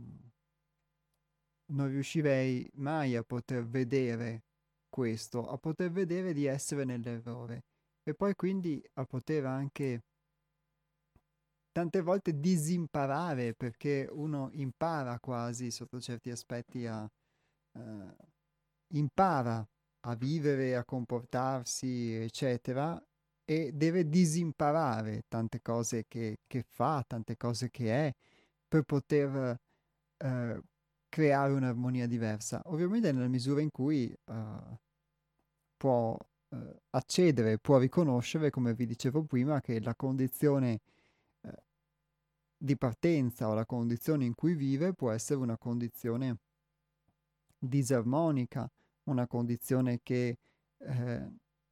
non riuscirei mai a poter vedere questo, a poter vedere di essere nell'errore e poi quindi a poter anche tante volte disimparare perché uno impara quasi sotto certi aspetti a eh, impara a vivere, a comportarsi, eccetera, e deve disimparare tante cose che, che fa, tante cose che è, per poter eh, creare un'armonia diversa. Ovviamente nella misura in cui eh, può eh, accedere, può riconoscere, come vi dicevo prima, che la condizione eh, di partenza o la condizione in cui vive può essere una condizione disarmonica, una condizione che eh,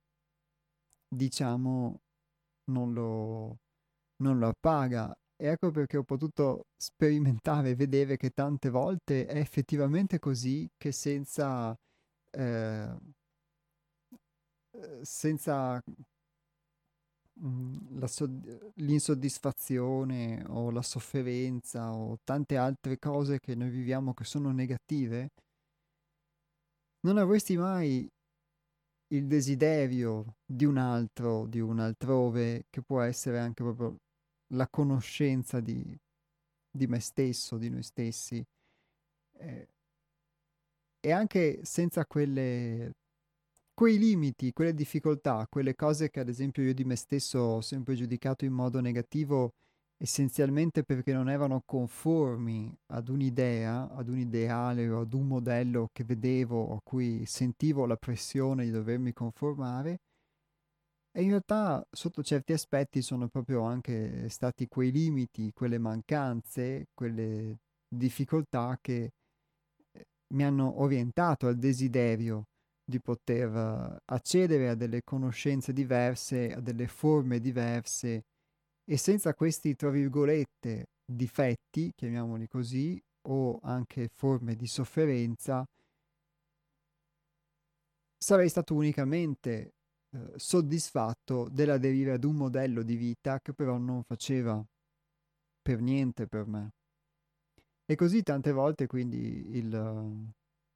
diciamo non lo, non lo appaga. E ecco perché ho potuto sperimentare e vedere che tante volte è effettivamente così che senza, eh, eh, senza mm, la sod- l'insoddisfazione o la sofferenza o tante altre cose che noi viviamo che sono negative, non avresti mai il desiderio di un altro, di un altrove, che può essere anche proprio la conoscenza di, di me stesso, di noi stessi, eh, e anche senza quelle, quei limiti, quelle difficoltà, quelle cose che ad esempio io di me stesso ho sempre giudicato in modo negativo, essenzialmente perché non erano conformi ad un'idea, ad un ideale o ad un modello che vedevo, a cui sentivo la pressione di dovermi conformare. E in realtà sotto certi aspetti sono proprio anche stati quei limiti, quelle mancanze, quelle difficoltà che eh, mi hanno orientato al desiderio di poter eh, accedere a delle conoscenze diverse, a delle forme diverse e senza questi, tra virgolette, difetti, chiamiamoli così, o anche forme di sofferenza, sarei stato unicamente eh, soddisfatto della deriva ad un modello di vita che però non faceva per niente per me. E così tante volte quindi il, eh,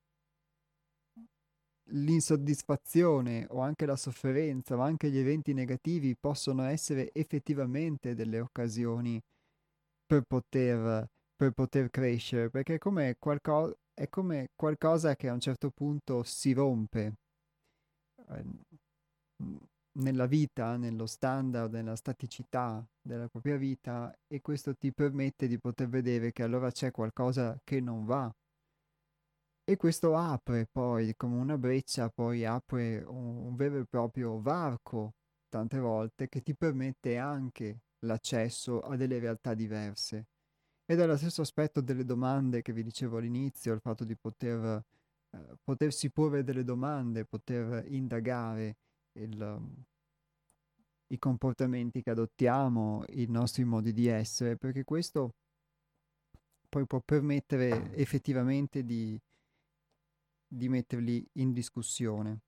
l'insoddisfazione o anche la sofferenza o anche gli eventi negativi possono essere effettivamente delle occasioni per poter, per poter crescere, perché è come, qualco- è come qualcosa che a un certo punto si rompe eh, nella vita, nello standard, nella staticità della propria vita e questo ti permette di poter vedere che allora c'è qualcosa che non va e questo apre poi come una breccia, poi apre un, un vero e proprio varco tante volte che ti permette anche l'accesso a delle realtà diverse. Ed è lo stesso aspetto delle domande che vi dicevo all'inizio, il fatto di poter eh, potersi porre delle domande, poter indagare il, um, i comportamenti che adottiamo, i nostri modi di essere, perché questo poi può permettere effettivamente di, di metterli in discussione.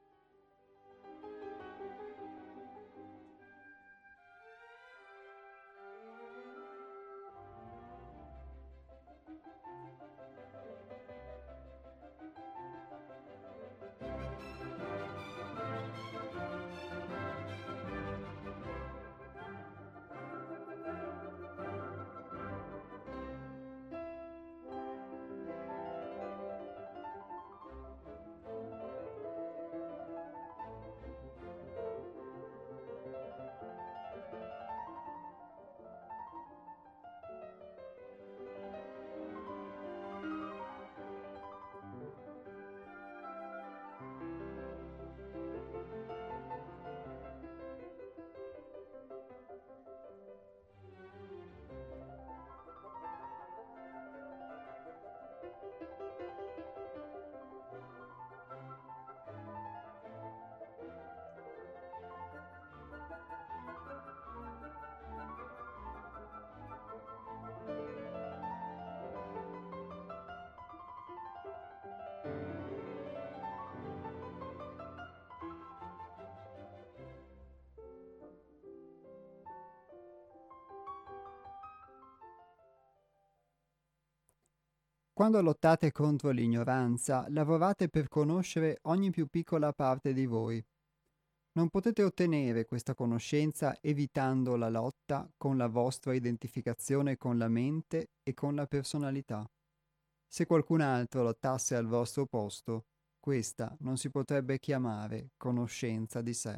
Quando lottate contro l'ignoranza, lavorate per conoscere ogni più piccola parte di voi. Non potete ottenere questa conoscenza evitando la lotta con la vostra identificazione con la mente e con la personalità. Se qualcun altro lottasse al vostro posto, questa non si potrebbe chiamare conoscenza di sé.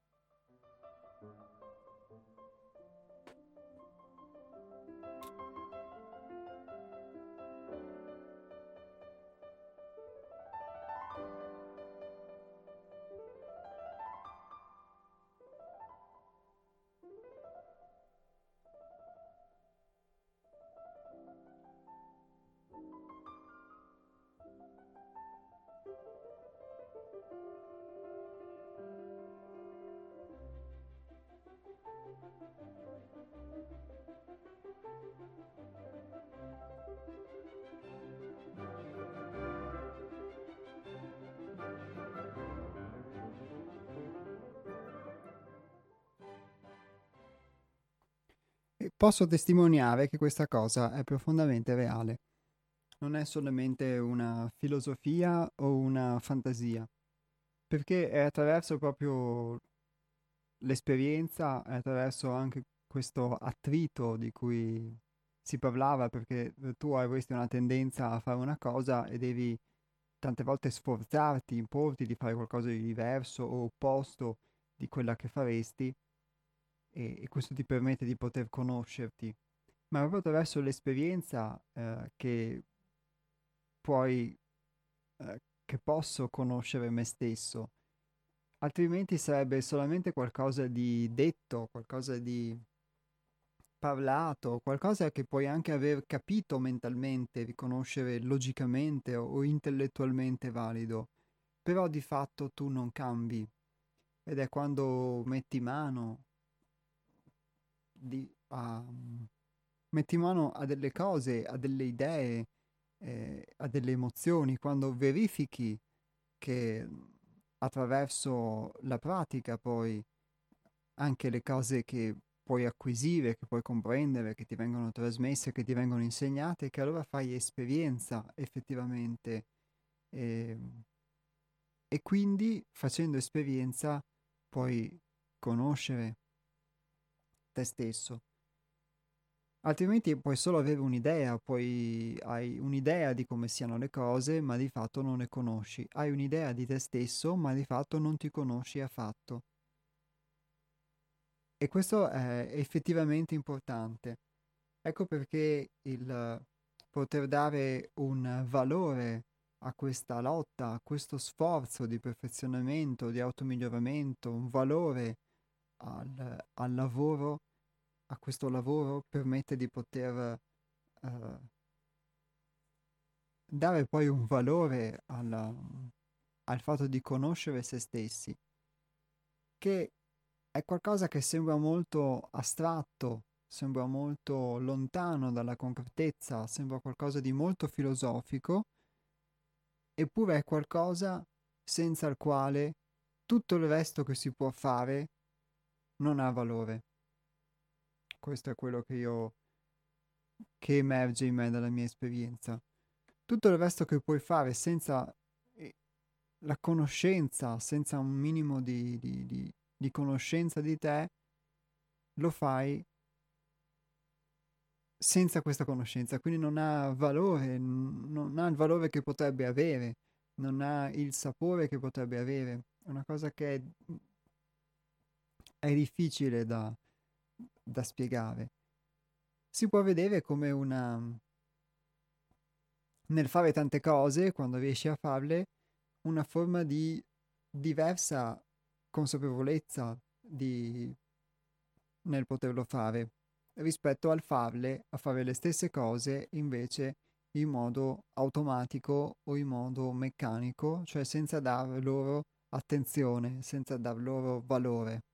E posso testimoniare che questa cosa è profondamente reale. Non è solamente una filosofia o una fantasia, perché è attraverso proprio l'esperienza, è attraverso anche questo attrito di cui si parlava, perché tu avresti una tendenza a fare una cosa e devi tante volte sforzarti, importi di fare qualcosa di diverso o opposto di quella che faresti, e, e questo ti permette di poter conoscerti. Ma proprio attraverso l'esperienza eh, che puoi, eh, che posso conoscere me stesso, altrimenti sarebbe solamente qualcosa di detto, qualcosa di parlato, qualcosa che puoi anche aver capito mentalmente, riconoscere logicamente o, o intellettualmente valido, però di fatto tu non cambi. Ed è quando metti mano di, a, metti mano a delle cose, a delle idee, eh, a delle emozioni, quando verifichi che attraverso la pratica poi anche le cose che puoi acquisire, che puoi comprendere, che ti vengono trasmesse, che ti vengono insegnate, che allora fai esperienza effettivamente e, e quindi facendo esperienza puoi conoscere te stesso. Altrimenti puoi solo avere un'idea, poi hai un'idea di come siano le cose, ma di fatto non le conosci. Hai un'idea di te stesso, ma di fatto non ti conosci affatto. E questo è effettivamente importante. Ecco perché il poter dare un valore a questa lotta, a questo sforzo di perfezionamento, di automiglioramento, un valore al, al lavoro, a questo lavoro permette di poter eh, dare poi un valore alla- al fatto di conoscere se stessi, che è qualcosa che sembra molto astratto, sembra molto lontano dalla concretezza, sembra qualcosa di molto filosofico, eppure è qualcosa senza il quale tutto il resto che si può fare non ha valore. Questo è quello che io che emerge in me dalla mia esperienza. Tutto il resto che puoi fare senza eh, la conoscenza, senza un minimo di, di, di, di conoscenza di te, lo fai senza questa conoscenza, quindi non ha valore, n- non ha il valore che potrebbe avere, non ha il sapore che potrebbe avere. È una cosa che è, è difficile da, da spiegare. Si può vedere come una... nel fare tante cose, quando riesci a farle, una forma di diversa consapevolezza di, nel poterlo fare rispetto al farle, a fare le stesse cose invece in modo automatico o in modo meccanico, cioè senza dar loro attenzione, senza dar loro valore.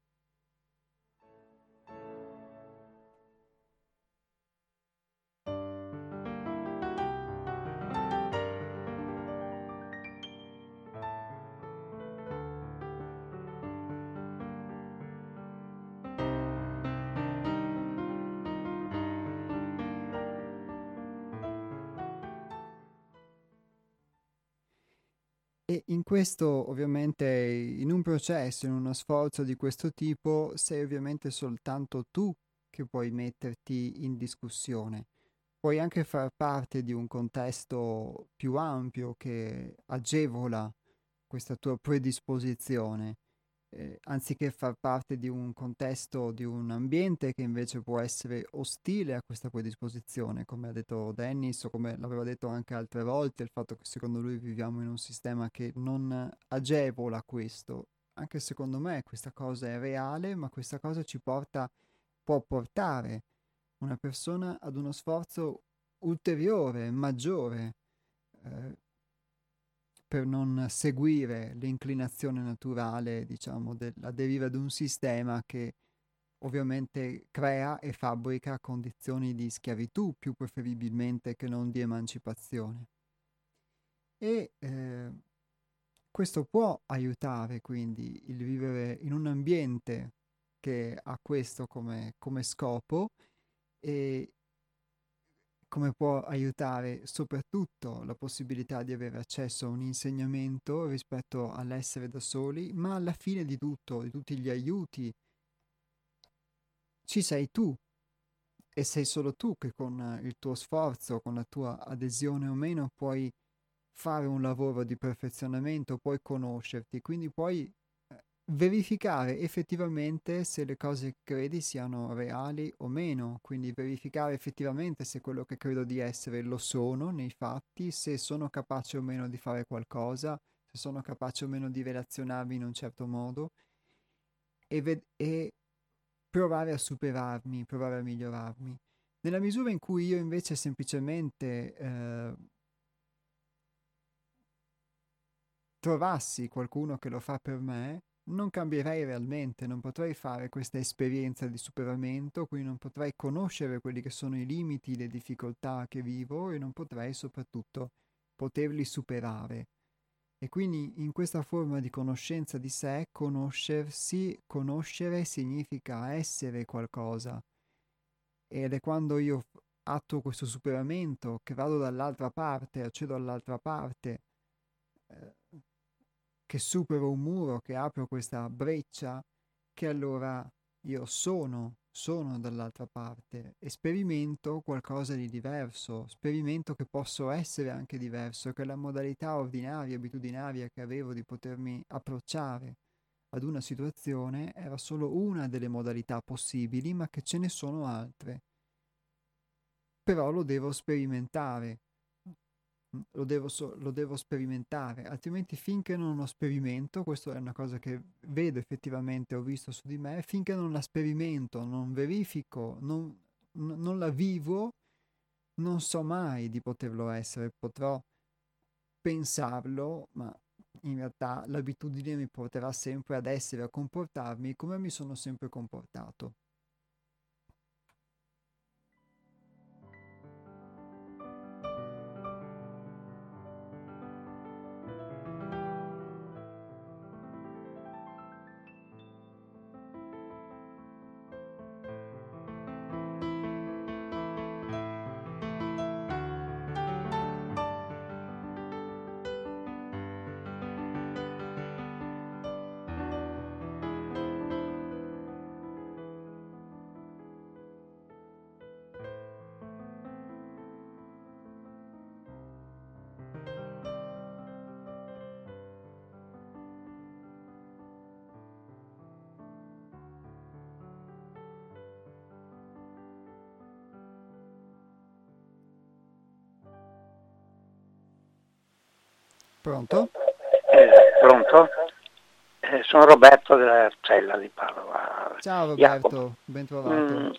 E in questo, ovviamente, in un processo, in uno sforzo di questo tipo, sei ovviamente soltanto tu che puoi metterti in discussione. Puoi anche far parte di un contesto più ampio che agevola questa tua predisposizione, eh, anziché far parte di un contesto, di un ambiente che invece può essere ostile a questa predisposizione, come ha detto Dennis o come l'aveva detto anche altre volte, il fatto che secondo lui viviamo in un sistema che non agevola questo. Anche secondo me questa cosa è reale, ma questa cosa ci porta, può portare una persona ad uno sforzo ulteriore, maggiore, eh, per non seguire l'inclinazione naturale, diciamo, della deriva di un sistema che ovviamente crea e fabbrica condizioni di schiavitù, più preferibilmente che non di emancipazione. E eh, questo può aiutare quindi il vivere in un ambiente che ha questo come, come scopo e come può aiutare soprattutto la possibilità di avere accesso a un insegnamento rispetto all'essere da soli, ma alla fine di tutto, di tutti gli aiuti, ci sei tu e sei solo tu che con il tuo sforzo, con la tua adesione o meno, puoi fare un lavoro di perfezionamento, puoi conoscerti, quindi puoi eh, verificare effettivamente se le cose che credi siano reali o meno, quindi verificare effettivamente se quello che credo di essere lo sono nei fatti, se sono capace o meno di fare qualcosa, se sono capace o meno di relazionarmi in un certo modo e, ved- e provare a superarmi, provare a migliorarmi. Nella misura in cui io invece semplicemente eh, trovassi qualcuno che lo fa per me, non cambierei realmente, non potrei fare questa esperienza di superamento, quindi non potrei conoscere quelli che sono i limiti, le difficoltà che vivo e non potrei soprattutto poterli superare. E quindi in questa forma di conoscenza di sé, conoscersi, conoscere significa essere qualcosa. Ed è quando io attuo questo superamento, che vado dall'altra parte, accedo all'altra parte, eh, che supero un muro, che apro questa breccia, che allora io sono, sono dall'altra parte e sperimento qualcosa di diverso, sperimento che posso essere anche diverso, che la modalità ordinaria, abitudinaria che avevo di potermi approcciare ad una situazione era solo una delle modalità possibili, ma che ce ne sono altre. Però lo devo sperimentare, lo devo, so- lo devo sperimentare, altrimenti finché non lo sperimento, questa è una cosa che vedo effettivamente, ho visto su di me, finché non la sperimento, non verifico, non, n- non la vivo, non so mai di poterlo essere, potrò pensarlo, ma in realtà l'abitudine mi porterà sempre ad essere, a comportarmi come mi sono sempre comportato. Pronto? Eh, pronto? Eh, sono Roberto della Cella di Padova. Ciao Jacopo. Roberto, ben trovato. Mm,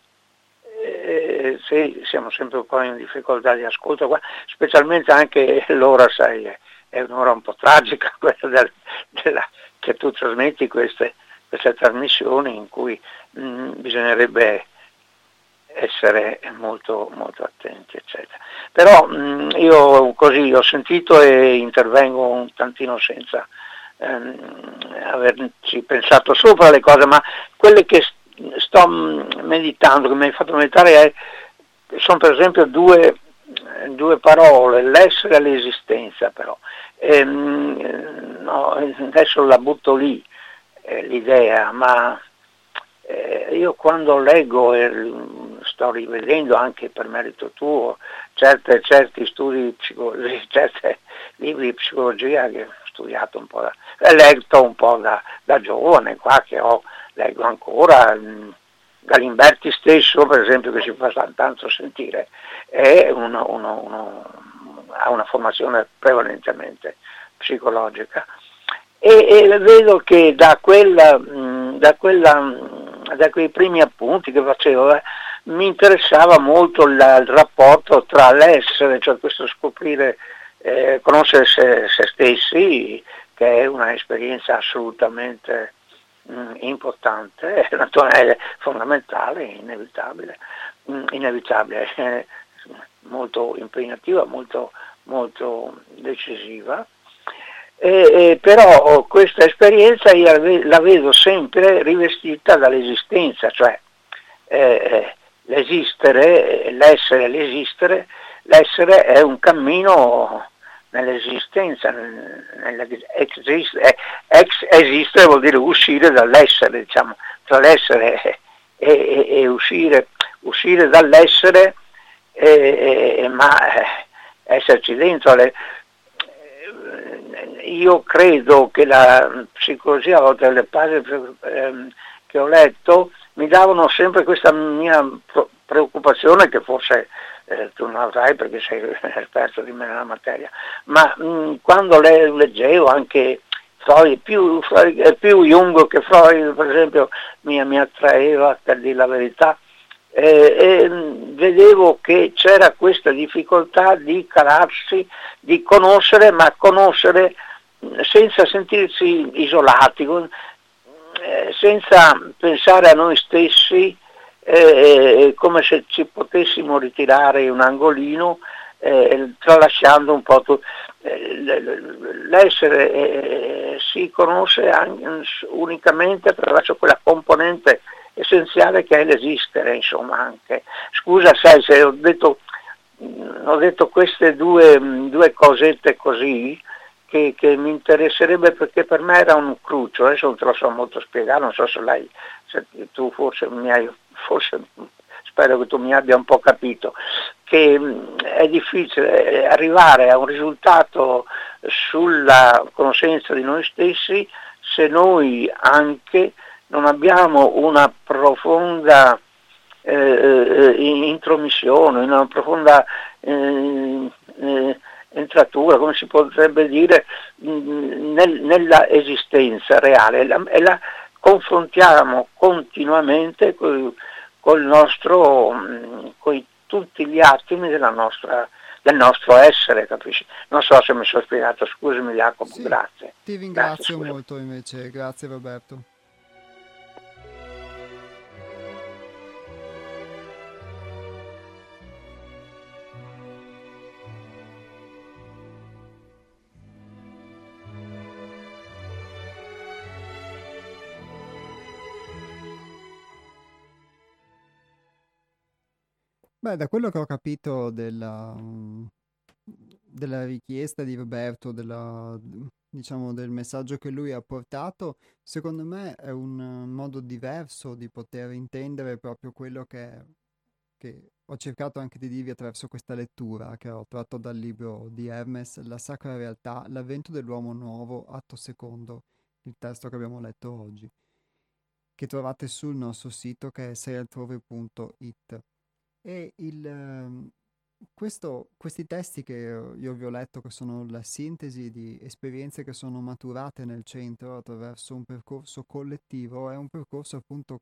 eh, sì, siamo sempre un po' in difficoltà di ascolto qua, specialmente anche l'ora, sai, è, è un'ora un po' tragica quella del, della, che tu trasmetti queste, queste trasmissioni in cui mm, bisognerebbe essere molto, molto attenti, eccetera. Però mh, io così ho sentito e intervengo un tantino senza ehm, averci pensato sopra le cose, ma quelle che sto meditando, che mi hai fatto meditare, è, sono per esempio due, due parole, l'essere e l'esistenza però. Ehm, no, adesso la butto lì, eh, l'idea, ma eh, io quando leggo e sto rivedendo anche per merito tuo certe, certi studi psicologici, certi libri di psicologia che ho studiato un po', da, letto un po' da, da giovane, qua che ho, leggo ancora, Galimberti stesso per esempio, che si fa tanto sentire, è uno, uno, uno, ha una formazione prevalentemente psicologica e, e vedo che da quella, da quella da quei primi appunti che facevo, eh, mi interessava molto la, il rapporto tra l'essere, cioè questo scoprire, eh, conoscere se, se stessi, che è una esperienza assolutamente mh, importante, è fondamentale, inevitabile, mh, inevitabile eh, molto impegnativa, molto, molto decisiva. E, e però questa esperienza io la vedo sempre rivestita dall'esistenza, cioè eh, l'esistere, l'essere, l'esistere, l'essere è un cammino nell'esistenza, nell'ex esistere vuol dire uscire dall'essere, diciamo, tra l'essere e, e, e uscire, uscire dall'essere, e, e, ma esserci dentro alle, io credo che la psicologia, a volte le pagine ehm, che ho letto, mi davano sempre questa mia preoccupazione, che forse eh, tu non avrai perché sei esperto di me nella materia, ma mh, quando le, leggevo anche Freud, più, Freud, più Jung che Freud, per esempio, mi, mi attraeva, per dire la verità, Eh, e vedevo che c'era questa difficoltà di calarsi, di conoscere, ma conoscere senza sentirsi isolati, eh, senza pensare a noi stessi, eh, come se ci potessimo ritirare in un angolino, eh, tralasciando un po' tutto. L'essere eh, si conosce anche, unicamente attraverso quella componente essenziale che è l'esistere, insomma, anche. Scusa, sai, se ho detto, ho detto queste due, due cosette così, che, che mi interesserebbe, perché per me era un cruccio, adesso non te lo so molto spiegare, non so se lei, se tu forse mi hai, forse, spero che tu mi abbia un po' capito, che è difficile arrivare a un risultato sulla conoscenza di noi stessi se noi anche non abbiamo una profonda eh, intromissione, una profonda eh, eh, entratura, come si potrebbe dire, nel, nella esistenza reale, e la, e la confrontiamo continuamente col, col nostro, coi tutti gli attimi della nostra, del nostro essere, capisci? Non so se mi sono spiegato, scusami Jacopo, Sì, grazie. ti ringrazio Grazie, molto invece, grazie Roberto. Beh, da quello che ho capito della, mm, della richiesta di Roberto, della, diciamo, del messaggio che lui ha portato, secondo me è un eh, modo diverso di poter intendere proprio quello che, che ho cercato anche di dirvi attraverso questa lettura che ho tratto dal libro di Hermes, La Sacra Realtà, l'avvento dell'uomo nuovo, atto secondo, il testo che abbiamo letto oggi, che trovate sul nostro sito che è sei altrove punto it. E il, ehm, questo- questi testi che io vi ho letto, che sono la sintesi di esperienze che sono maturate nel centro attraverso un percorso collettivo, è un percorso appunto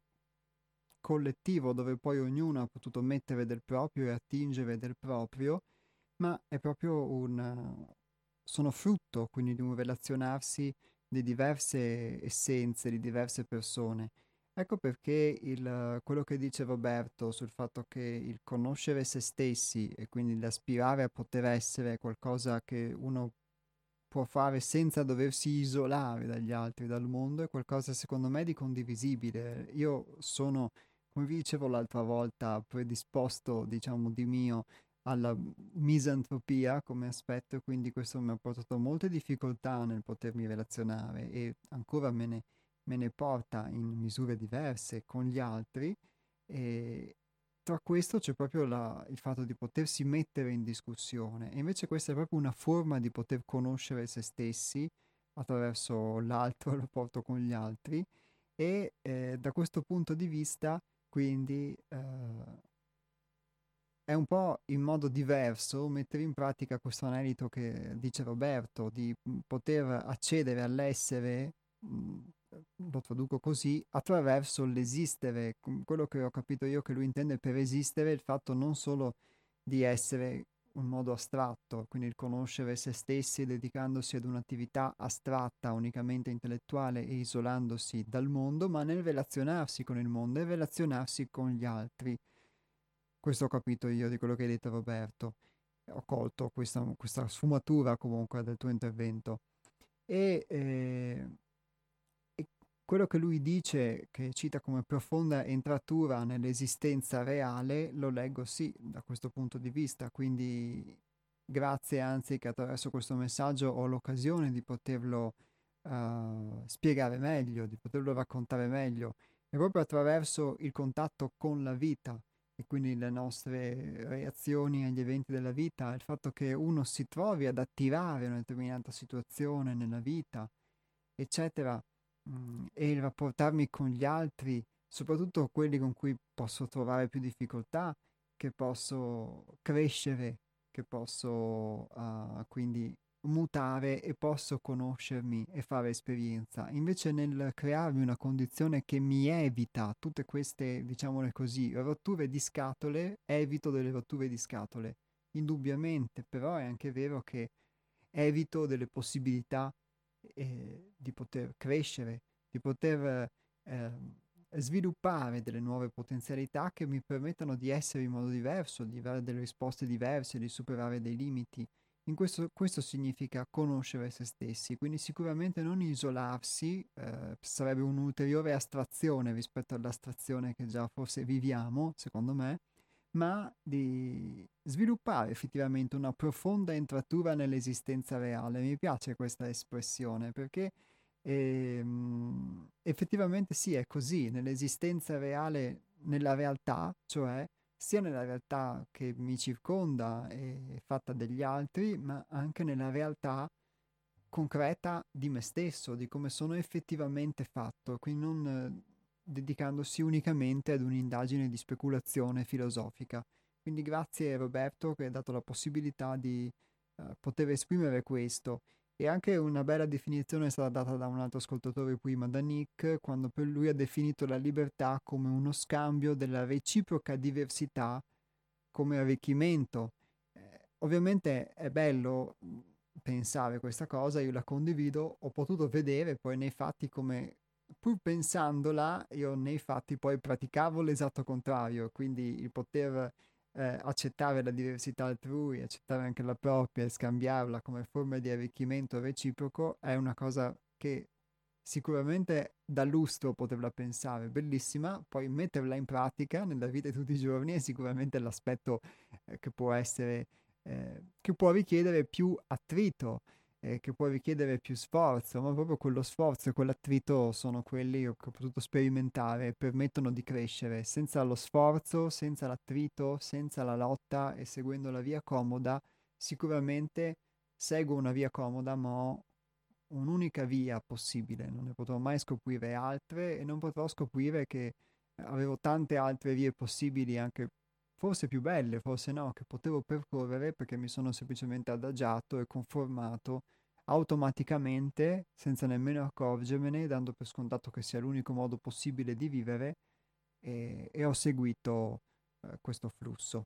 collettivo dove poi ognuno ha potuto mettere del proprio e attingere del proprio, ma è proprio un... eh, sono frutto quindi di un relazionarsi di diverse essenze, di diverse persone. Ecco perché il, quello che dice Roberto sul fatto che il conoscere se stessi e quindi l'aspirare a poter essere qualcosa che uno può fare senza doversi isolare dagli altri, dal mondo, è qualcosa secondo me di condivisibile. Io sono, come vi dicevo l'altra volta, predisposto, diciamo, di mio alla misantropia come aspetto, e quindi questo mi ha portato molte difficoltà nel potermi relazionare e ancora me ne, me ne porta in misure diverse con gli altri. E tra questo c'è proprio la- il fatto di potersi mettere in discussione, e invece questa è proprio una forma di poter conoscere se stessi attraverso l'altro, il rapporto con gli altri, e eh, da questo punto di vista, quindi, eh, è un po' in modo diverso mettere in pratica questo anelito che dice Roberto, di mm, poter accedere all'essere, mm, lo traduco così, attraverso l'esistere. Com- Quello che ho capito io che lui intende per esistere è il fatto non solo di essere un modo astratto, quindi il conoscere se stessi dedicandosi ad un'attività astratta, unicamente intellettuale e isolandosi dal mondo, ma nel relazionarsi con il mondo e relazionarsi con gli altri. Questo ho capito io di quello che hai detto Roberto. Ho colto questa, questa sfumatura comunque del tuo intervento. E, eh, e quello che lui dice, che cita come profonda entratura nell'esistenza reale, lo leggo sì da questo punto di vista. Quindi grazie anzi che attraverso questo messaggio ho l'occasione di poterlo eh, spiegare meglio, di poterlo raccontare meglio. E proprio attraverso il contatto con la vita e quindi le nostre reazioni agli eventi della vita, il fatto che uno si trovi ad attivare una determinata situazione nella vita, eccetera, mm, e il rapportarmi con gli altri, soprattutto quelli con cui posso trovare più difficoltà, che posso crescere, che posso ah, quindi mutare e posso conoscermi e fare esperienza. Invece nel crearmi una condizione che mi evita tutte queste, diciamole così, rotture di scatole, evito delle rotture di scatole. Indubbiamente, però è anche vero che evito delle possibilità eh, di poter crescere, di poter eh, sviluppare delle nuove potenzialità che mi permettano di essere in modo diverso, di avere delle risposte diverse, di superare dei limiti. In questo, questo significa conoscere se stessi, quindi sicuramente non isolarsi, eh, sarebbe un'ulteriore astrazione rispetto all'astrazione che già forse viviamo, secondo me, ma di sviluppare effettivamente una profonda entratura nell'esistenza reale. Mi piace questa espressione perché ehm, effettivamente sì, è così, nell'esistenza reale, nella realtà, cioè sia nella realtà che mi circonda e fatta degli altri, ma anche nella realtà concreta di me stesso, di come sono effettivamente fatto, quindi non eh, dedicandosi unicamente ad un'indagine di speculazione filosofica. Quindi grazie Roberto che hai dato la possibilità di eh, poter esprimere questo. E anche una bella definizione è stata data da un altro ascoltatore prima, da Nick, quando per lui ha definito la libertà come uno scambio della reciproca diversità come arricchimento. Eh, ovviamente è bello pensare questa cosa, io la condivido, ho potuto vedere poi nei fatti come, pur pensandola, io nei fatti poi praticavo l'esatto contrario, quindi il poter eh, accettare la diversità altrui, accettare anche la propria e scambiarla come forma di arricchimento reciproco è una cosa che sicuramente dà lustro poterla pensare, bellissima, poi metterla in pratica nella vita di tutti i giorni è sicuramente l'aspetto eh, che può essere, eh, che può richiedere più attrito, eh, che può richiedere più sforzo, ma proprio quello sforzo e quell'attrito sono quelli che ho potuto sperimentare e permettono di crescere. Senza lo sforzo, senza l'attrito, senza la lotta e seguendo la via comoda, sicuramente seguo una via comoda, ma ho un'unica via possibile, non ne potrò mai scoprire altre e non potrò scoprire che avevo tante altre vie possibili, anche forse più belle, forse no, che potevo percorrere perché mi sono semplicemente adagiato e conformato automaticamente, senza nemmeno accorgermene, dando per scontato che sia l'unico modo possibile di vivere e, e ho seguito eh, questo flusso.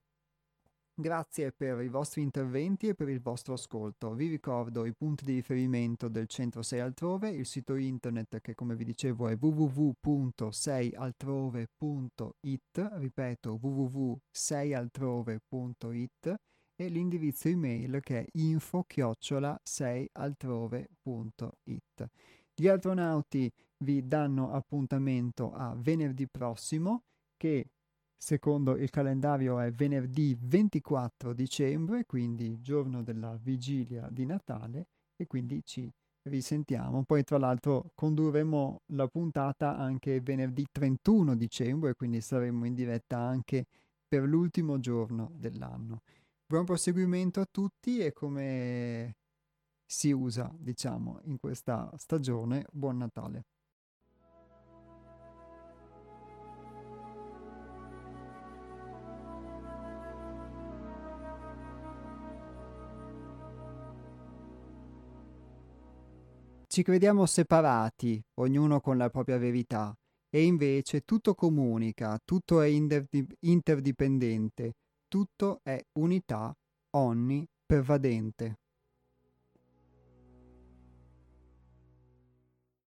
Grazie per i vostri interventi e per il vostro ascolto. Vi ricordo i punti di riferimento del Centro sei Altrove, il sito internet che come vi dicevo è w w w punto sei altrove punto i t, ripeto w w w punto sei altrove punto i t e l'indirizzo email che è info chiocciola sei altrove punto i t. Gli astronauti vi danno appuntamento a venerdì prossimo, che secondo il calendario è venerdì ventiquattro dicembre, quindi giorno della vigilia di Natale, e quindi ci risentiamo. Poi tra l'altro condurremo la puntata anche venerdì trentuno dicembre, quindi saremo in diretta anche per l'ultimo giorno dell'anno. Buon proseguimento a tutti e come si usa, diciamo, in questa stagione, buon Natale. Ci crediamo separati, ognuno con la propria verità, e invece tutto comunica, tutto è interdi- interdipendente, tutto è unità onnipervadente.